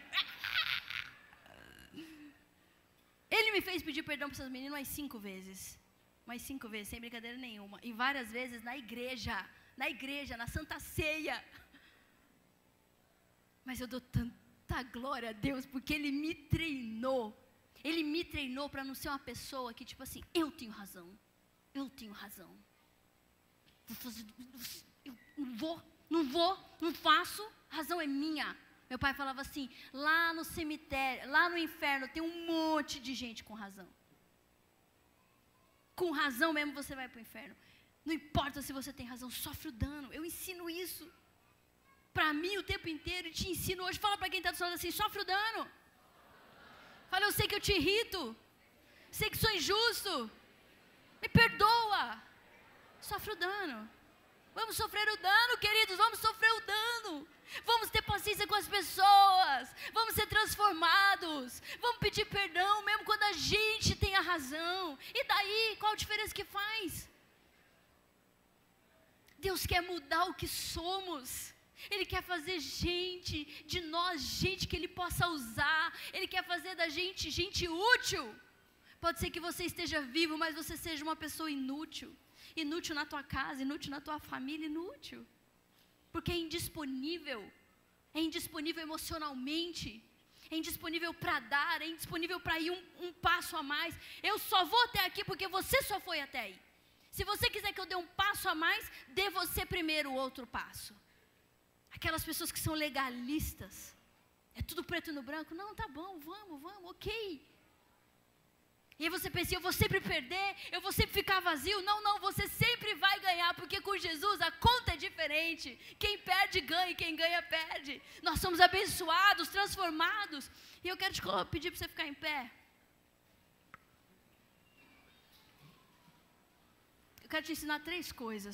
Ele me fez pedir perdão para essas meninas umas cinco vezes. Umas cinco vezes, sem brincadeira nenhuma. E várias vezes na igreja, na igreja, na Santa Ceia. Mas eu dou tanta glória a Deus, porque Ele me treinou. Ele me treinou para não ser uma pessoa que, tipo assim, eu tenho razão. Eu tenho razão. Vou fazer, eu não vou, não vou, não faço, a razão é minha. Meu pai falava assim, lá no cemitério, lá no inferno tem um monte de gente com razão. com razão mesmo você vai para o inferno. Não importa se você tem razão, sofre o dano. Eu ensino isso para mim o tempo inteiro e te ensino hoje. Fala para quem está do seu lado assim, sofre o dano. Fala, eu sei que eu te irrito. Sei que sou injusto. Me perdoa. Sofre o dano. Vamos sofrer o dano, queridos. Vamos sofrer o dano. Vamos ter paciência com as pessoas. Vamos ser transformados. Vamos pedir perdão mesmo quando a gente tem a razão. E daí, qual a diferença que faz? Deus quer mudar o que somos. Ele quer fazer gente, de nós, gente que Ele possa usar. Ele quer fazer da gente, gente útil. Pode ser que você esteja vivo, mas você seja uma pessoa inútil. Inútil na tua casa, inútil na tua família, inútil. Porque é indisponível. É indisponível emocionalmente. É indisponível para dar, é indisponível para ir um, um passo a mais. Eu só vou até aqui porque você só foi até aí. Se você quiser que eu dê um passo a mais, dê você primeiro o outro passo. Aquelas pessoas que são legalistas. É tudo preto no branco. Não, tá bom, vamos, vamos, ok. E aí você pensa, eu vou sempre perder, eu vou sempre ficar vazio. Não, não, você sempre vai ganhar, porque com Jesus a conta é diferente. Quem perde, ganha, e quem ganha, perde. Nós somos abençoados, transformados. E eu quero te pedir para você ficar em pé. Eu quero te ensinar três coisas.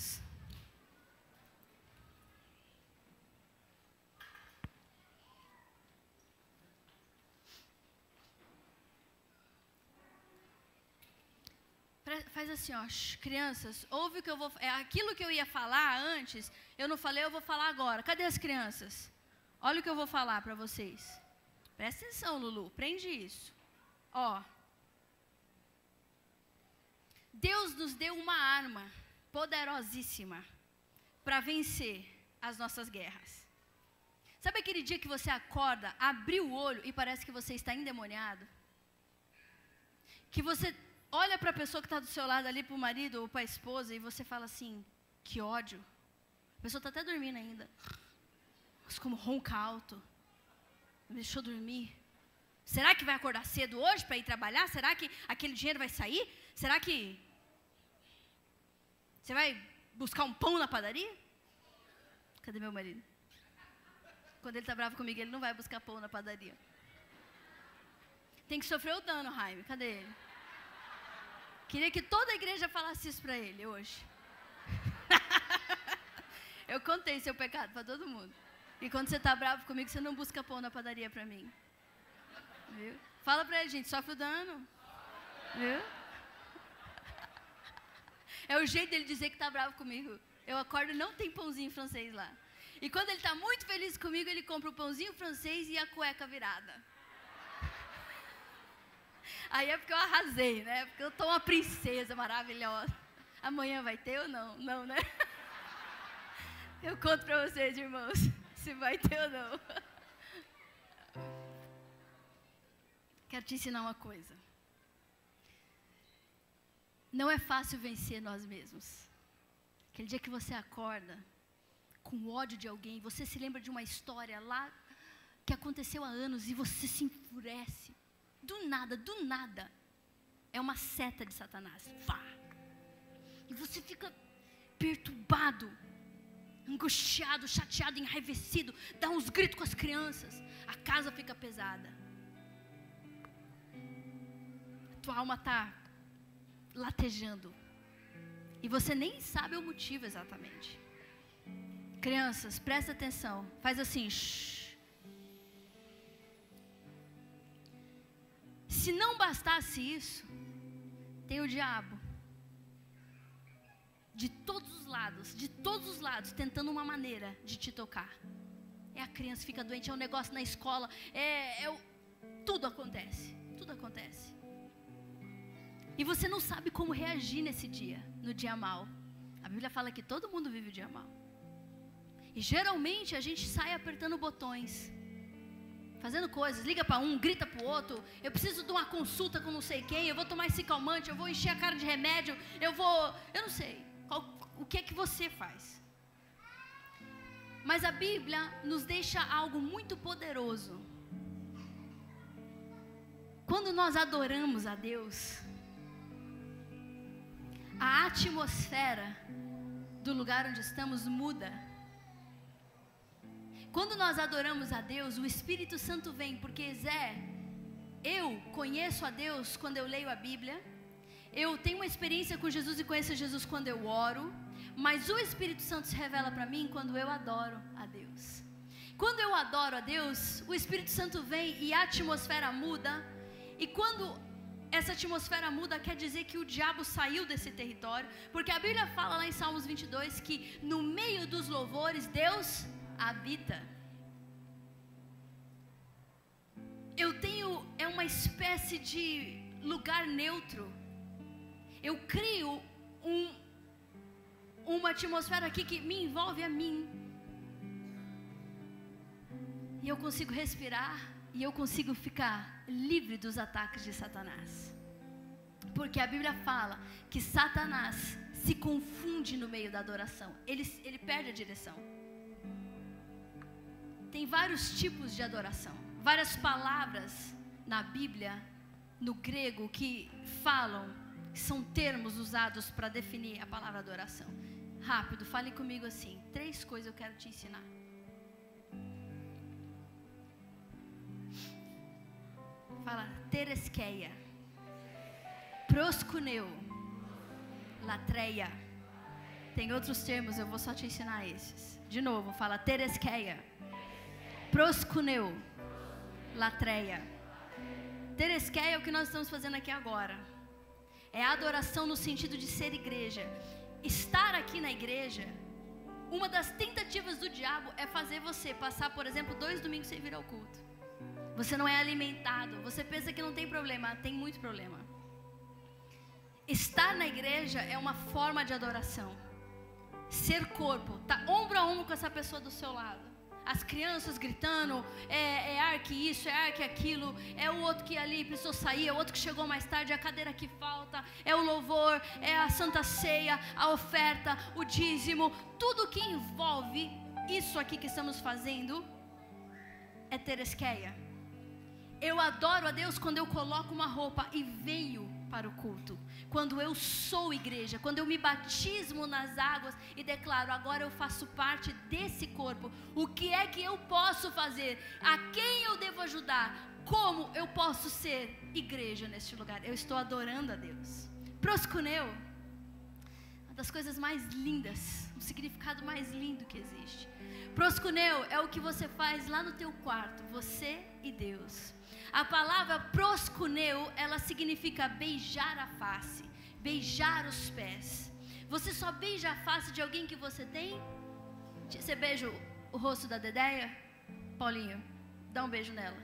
Faz assim, ó, crianças, ouve o que eu vou, é aquilo que eu ia falar antes, eu não falei, eu vou falar agora. Cadê as crianças? Olha o que eu vou falar para vocês. Presta atenção, Lulu, prende isso. Ó, Deus nos deu uma arma poderosíssima para vencer as nossas guerras. Sabe aquele dia que você acorda, abre o olho e parece que você está endemoniado? Que você olha para a pessoa que está do seu lado ali, para o marido ou para a esposa, e você fala assim, que ódio. A pessoa está até dormindo ainda. Mas como ronca alto. Me deixou dormir. Será que vai acordar cedo hoje para ir trabalhar? Será que aquele dinheiro vai sair? Será que você vai buscar um pão na padaria? Cadê meu marido? Quando ele está bravo comigo, ele não vai buscar pão na padaria. Tem que sofrer o dano, Jaime. Cadê ele? Queria que toda a igreja falasse isso para ele hoje. Eu contei seu pecado para todo mundo. E quando você está bravo comigo, você não busca pão na padaria para mim. Viu? Fala para ele, gente, sofre o dano. Viu? É o jeito dele dizer que está bravo comigo. Eu acordo e não tem pãozinho francês lá. E quando ele está muito feliz comigo, ele compra o pãozinho francês e a cueca virada. Aí é porque eu arrasei, né? Porque eu tô uma princesa maravilhosa. Amanhã vai ter ou não? Não, né? Eu conto para vocês, irmãos, se vai ter ou não. Quero te ensinar uma coisa. Não é fácil vencer nós mesmos. Aquele dia que você acorda com ódio de alguém, você se lembra de uma história lá que aconteceu há anos e você se enfurece. Do nada, do nada. É uma seta de Satanás. Vá. E você fica perturbado, angustiado, chateado, enraivecido. Dá uns gritos com as crianças. A casa fica pesada. A tua alma está latejando. E você nem sabe o motivo exatamente. Crianças, presta atenção. Faz assim, shh. Se não bastasse isso, tem o diabo. De todos os lados, de todos os lados, tentando uma maneira de te tocar. É a criança fica doente, é um negócio na escola, é, é o, tudo acontece, tudo acontece. E você não sabe como reagir nesse dia, no dia mau. A Bíblia fala que todo mundo vive o dia mau. E geralmente a gente sai apertando botões. Fazendo coisas, liga para um, grita para o outro. Eu preciso de uma consulta com não sei quem. Eu vou tomar esse calmante, eu vou encher a cara de remédio. Eu vou, eu não sei qual, o que é que você faz. Mas a Bíblia nos deixa algo muito poderoso. Quando nós adoramos a Deus, a atmosfera do lugar onde estamos muda. Quando nós adoramos a Deus, o Espírito Santo vem, porque Zé, eu conheço a Deus quando eu leio a Bíblia, eu tenho uma experiência com Jesus e conheço Jesus quando eu oro, mas o Espírito Santo se revela para mim quando eu adoro a Deus. Quando eu adoro a Deus, o Espírito Santo vem e a atmosfera muda, e quando essa atmosfera muda, quer dizer que o diabo saiu desse território, porque a Bíblia fala lá em Salmos vinte e dois que no meio dos louvores Deus habita. Eu tenho, é uma espécie de lugar neutro. Eu crio um, uma atmosfera aqui que me envolve a mim. E eu consigo respirar e eu consigo ficar livre dos ataques de Satanás. Porque a Bíblia fala que Satanás se confunde no meio da adoração. Ele, ele perde a direção. Tem vários tipos de adoração. Várias palavras na Bíblia, no grego, que falam, são termos usados para definir a palavra adoração. Rápido, fale comigo assim. Três coisas eu quero te ensinar. Fala, tereskeia, proskuneu, latreia. Tem outros termos, eu vou só te ensinar esses. De novo, fala tereskeia, proskuneu, latreia. Tereskeia é o que nós estamos fazendo aqui agora. É a adoração no sentido de ser igreja. Estar aqui na igreja, uma das tentativas do diabo é fazer você passar, por exemplo, dois domingos sem vir ao culto. Você não é alimentado, você pensa que não tem problema, tem muito problema. Estar na igreja é uma forma de adoração. Ser corpo, tá ombro a ombro com essa pessoa do seu lado. As crianças gritando, é, é arque isso, é arque aquilo, é o outro que ali precisou sair, é o outro que chegou mais tarde, é a cadeira que falta, é o louvor, é a santa ceia, a oferta, o dízimo, tudo que envolve isso aqui que estamos fazendo é tereskeia. Eu adoro a Deus quando eu coloco uma roupa e venho para o culto. Quando eu sou igreja, quando eu me batismo nas águas e declaro, agora eu faço parte desse corpo. O que é que eu posso fazer? A quem eu devo ajudar? Como eu posso ser igreja neste lugar? Eu estou adorando a Deus. Proskuneu, uma das coisas mais lindas, o significado mais lindo que existe. Proskuneu é o que você faz lá no teu quarto, você e Deus. A palavra proskuneu, ela significa beijar a face, beijar os pés. Você só beija a face de alguém que você tem? Você beija o rosto da Dedéia? Paulinho, dá um beijo nela.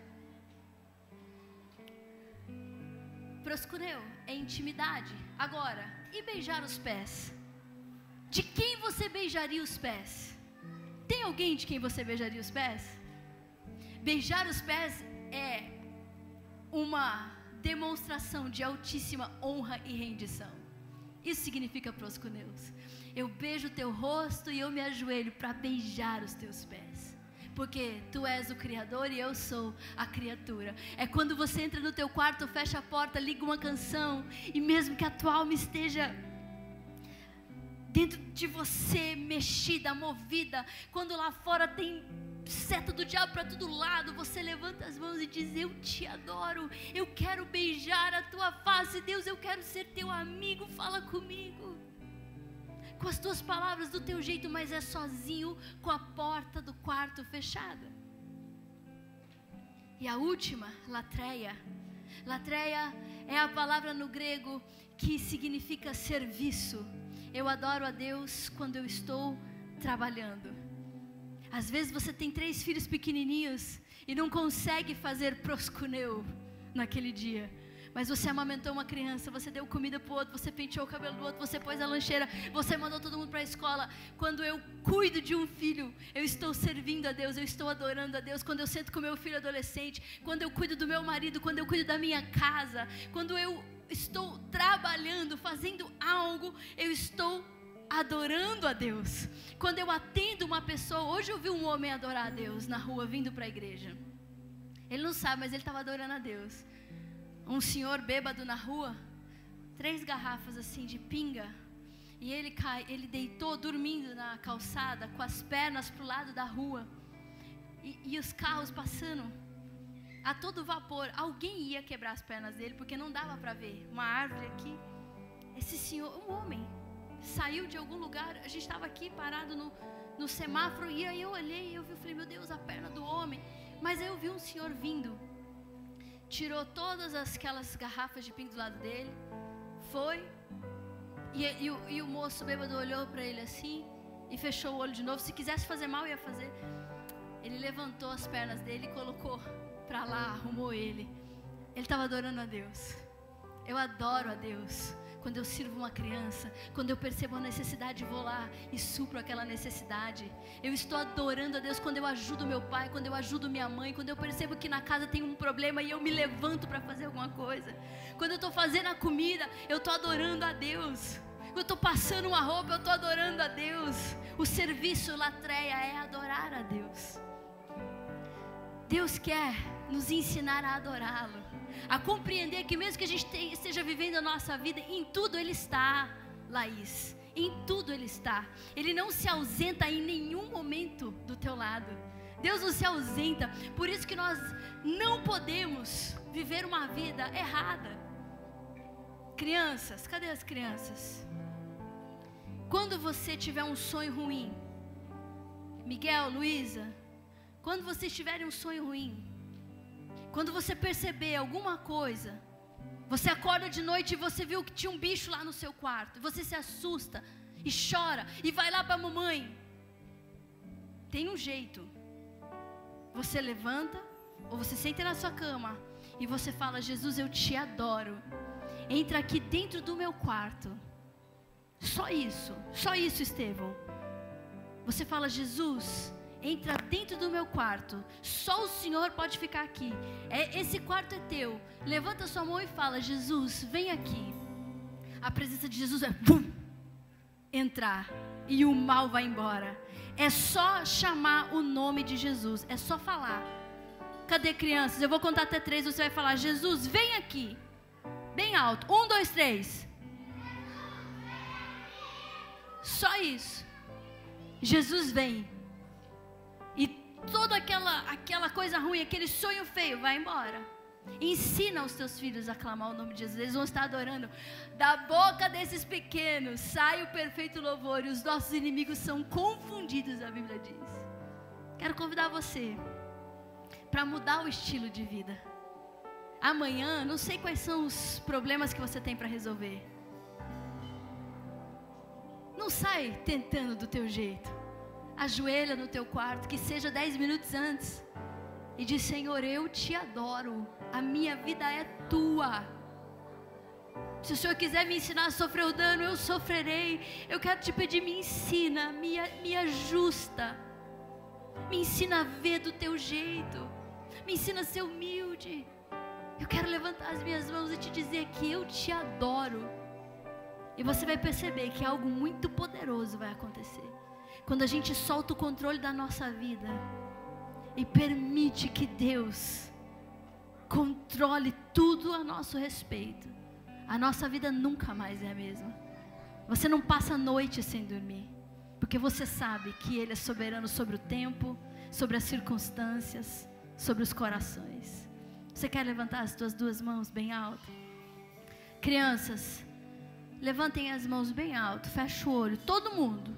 Proskuneu é intimidade. Agora, e beijar os pés? De quem você beijaria os pés? Tem alguém de quem você beijaria os pés? Beijar os pés é uma demonstração de altíssima honra e rendição. Isso significa proskuneus. Eu beijo o teu rosto e eu me ajoelho para beijar os teus pés. Porque tu és o Criador e eu sou a criatura. É quando você entra no teu quarto, fecha a porta, liga uma canção, e mesmo que a tua alma esteja dentro de você, mexida, movida, quando lá fora tem seta do diabo para todo lado, você levanta as mãos e diz, eu te adoro, eu quero beijar a tua face, Deus, eu quero ser teu amigo, fala comigo, com as tuas palavras, do teu jeito, mas é sozinho, com a porta do quarto fechada. E a última, latreia, latreia é a palavra no grego que significa serviço. Eu adoro a Deus quando eu estou trabalhando. Às vezes você tem três filhos pequenininhos e não consegue fazer proskuneu naquele dia. Mas você amamentou uma criança, você deu comida para o outro, você penteou o cabelo do outro, você pôs a lancheira, você mandou todo mundo para a escola. Quando eu cuido de um filho, eu estou servindo a Deus, eu estou adorando a Deus. Quando eu sento com meu filho adolescente, quando eu cuido do meu marido, quando eu cuido da minha casa, quando eu estou trabalhando, fazendo algo, eu estou adorando a Deus. Quando eu atendo uma pessoa, hoje eu vi um homem adorar a Deus na rua, vindo para a igreja. Ele não sabe, mas ele estava adorando a Deus. Um senhor bêbado na rua, três garrafas assim de pinga. E ele, cai, ele deitou dormindo na calçada, com as pernas para o lado da rua. E, e os carros passando a todo vapor. Alguém ia quebrar as pernas dele, porque não dava para ver. Uma árvore aqui. Esse senhor, um homem, saiu de algum lugar. A gente estava aqui parado no, no semáforo. E aí eu olhei e eu vi, eu falei, meu Deus, a perna do homem. Mas aí eu vi um senhor vindo. Tirou todas aquelas garrafas de pinga do lado dele. Foi. E, e, o, e o moço bêbado olhou para ele assim e fechou o olho de novo. Se quisesse fazer mal, ia fazer. Ele levantou as pernas dele e colocou para lá, arrumou ele. Ele estava adorando a Deus. Eu adoro a Deus. Quando eu sirvo uma criança, quando eu percebo a necessidade, vou lá e supro aquela necessidade. Eu estou adorando a Deus quando eu ajudo meu pai, quando eu ajudo minha mãe, quando eu percebo que na casa tem um problema e eu me levanto para fazer alguma coisa. Quando eu estou fazendo a comida, eu estou adorando a Deus. Quando eu estou passando uma roupa, eu estou adorando a Deus. O serviço latreia é adorar a Deus. Deus quer nos ensinar a adorá-lo, a compreender que mesmo que a gente tenha, esteja vivendo a nossa vida, em tudo Ele está, Laís, em tudo Ele está. Ele não se ausenta em nenhum momento do teu lado. Deus não se ausenta, por isso que nós não podemos viver uma vida errada. Crianças, cadê as crianças? Quando você tiver um sonho ruim, Miguel, Luísa, quando vocês tiverem um sonho ruim, quando você perceber alguma coisa, você acorda de noite e você viu que tinha um bicho lá no seu quarto, e você se assusta e chora e vai lá para a mamãe. Tem um jeito. Você levanta ou você senta na sua cama e você fala: Jesus, eu te adoro. Entra aqui dentro do meu quarto. Só isso, só isso, Estevão. Você fala: Jesus, entra dentro do meu quarto. Só o Senhor pode ficar aqui. É, esse quarto é teu. Levanta sua mão e fala: Jesus, vem aqui. A presença de Jesus é bum, entrar e o mal vai embora. É só chamar o nome de Jesus. É só falar. Cadê crianças? Eu vou contar até três. Você vai falar: Jesus, vem aqui. Bem alto. Um, dois, três. Só isso. Jesus vem. E toda aquela, aquela coisa ruim, aquele sonho feio, vai embora. Ensina os teus filhos a clamar o nome de Jesus. Eles vão estar adorando. Da boca desses pequenos sai o perfeito louvor, e os nossos inimigos são confundidos, a Bíblia diz. Quero convidar você para mudar o estilo de vida. Amanhã, não sei quais são os problemas que você tem para resolver. Não sai tentando do teu jeito. Ajoelha no teu quarto, que seja dez minutos antes, e diz: Senhor, eu te adoro, a minha vida é tua. Se o Senhor quiser me ensinar a sofrer o dano, eu sofrerei. Eu quero te pedir, me ensina, me, me ajusta, me ensina a ver do teu jeito, me ensina a ser humilde. Eu quero levantar as minhas mãos e te dizer que eu te adoro. E você vai perceber que algo muito poderoso vai acontecer quando a gente solta o controle da nossa vida e permite que Deus controle tudo a nosso respeito. A nossa vida nunca mais é a mesma. Você não passa a noite sem dormir, porque você sabe que Ele é soberano sobre o tempo, sobre as circunstâncias, sobre os corações. Você quer levantar as suas duas mãos bem alto? Crianças, levantem as mãos bem alto, fecha o olho, todo mundo.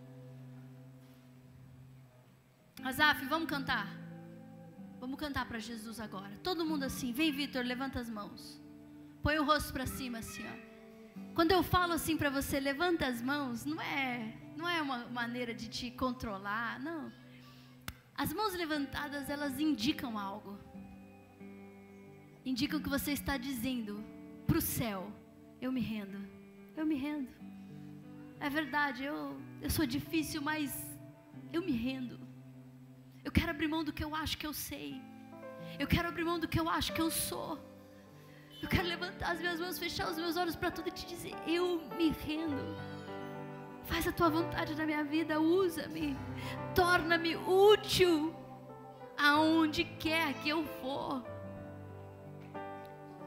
Azaf, vamos cantar. Vamos cantar para Jesus agora. Todo mundo assim, vem Vitor, levanta as mãos. Põe o rosto para cima assim, ó. Quando eu falo assim para você, levanta as mãos, não é, não é uma maneira de te controlar, não. As mãos levantadas, elas indicam algo. Indicam que você está dizendo para o céu: eu me rendo, eu me rendo. É verdade, eu, eu sou difícil, mas eu me rendo. Eu quero abrir mão do que eu acho que eu sei. Eu quero abrir mão do que eu acho que eu sou. Eu quero levantar as minhas mãos, fechar os meus olhos para tudo e te dizer: eu me rendo. Faz a tua vontade na minha vida, usa-me, torna-me útil aonde quer que eu for.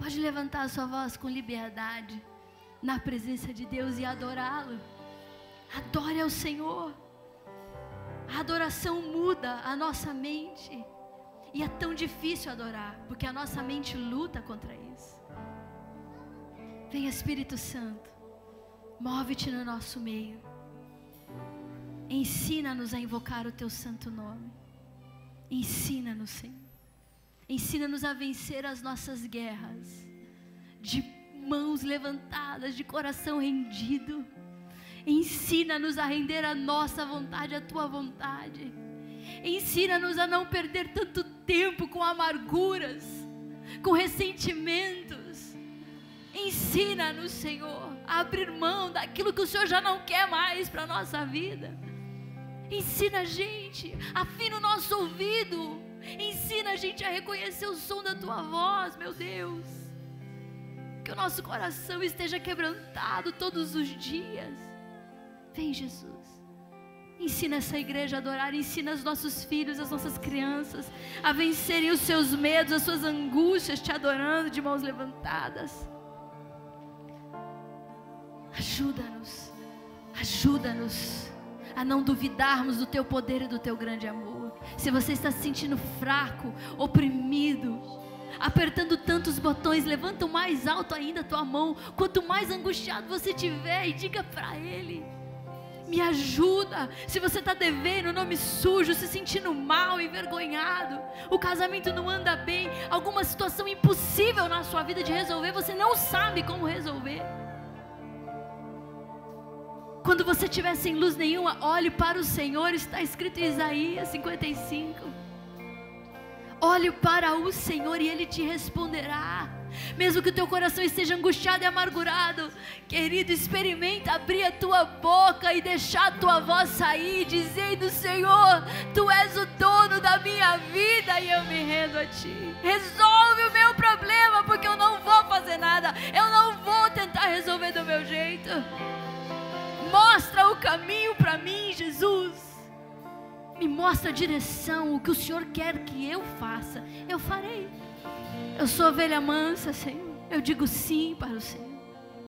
Pode levantar a sua voz com liberdade na presença de Deus e adorá-lo. Adore ao Senhor. A adoração muda a nossa mente. E é tão difícil adorar, porque a nossa mente luta contra isso. Vem, Espírito Santo, move-te no nosso meio. Ensina-nos a invocar o teu santo nome. Ensina-nos, Senhor. Ensina-nos a vencer as nossas guerras, de mãos levantadas, de coração rendido. Ensina-nos a render a nossa vontade, a tua vontade. Ensina-nos a não perder tanto tempo com amarguras, com ressentimentos. Ensina-nos, Senhor, a abrir mão daquilo que o Senhor já não quer mais para a nossa vida. Ensina a gente, afina o nosso ouvido. Ensina a gente a reconhecer o som da tua voz, meu Deus. Que o nosso coração esteja quebrantado todos os dias. Vem, Jesus. Ensina essa igreja a adorar. Ensina os nossos filhos, as nossas crianças a vencerem os seus medos, as suas angústias, te adorando de mãos levantadas. Ajuda-nos, ajuda-nos a não duvidarmos do teu poder e do teu grande amor. Se você está se sentindo fraco, oprimido, apertando tantos botões, levanta o mais alto ainda a tua mão. Quanto mais angustiado você estiver, e diga para Ele: me ajuda. Se você está devendo, nome sujo, se sentindo mal, envergonhado, o casamento não anda bem, alguma situação impossível na sua vida de resolver, você não sabe como resolver. Quando você estiver sem luz nenhuma, olhe para o Senhor. Está escrito em Isaías cinquenta e cinco. Olhe para o Senhor e Ele te responderá. Mesmo que o teu coração esteja angustiado e amargurado, querido, experimenta abrir a tua boca e deixar a tua voz sair, dizendo: Senhor, Tu és o dono da minha vida e eu me rendo a Ti. Resolve o meu problema, porque eu não vou fazer nada, eu não vou tentar resolver do meu jeito. Mostra o caminho para mim, Jesus. Me mostra a direção, o que o Senhor quer que eu faça, eu farei. Eu sou ovelha mansa, Senhor. Eu digo sim para o Senhor.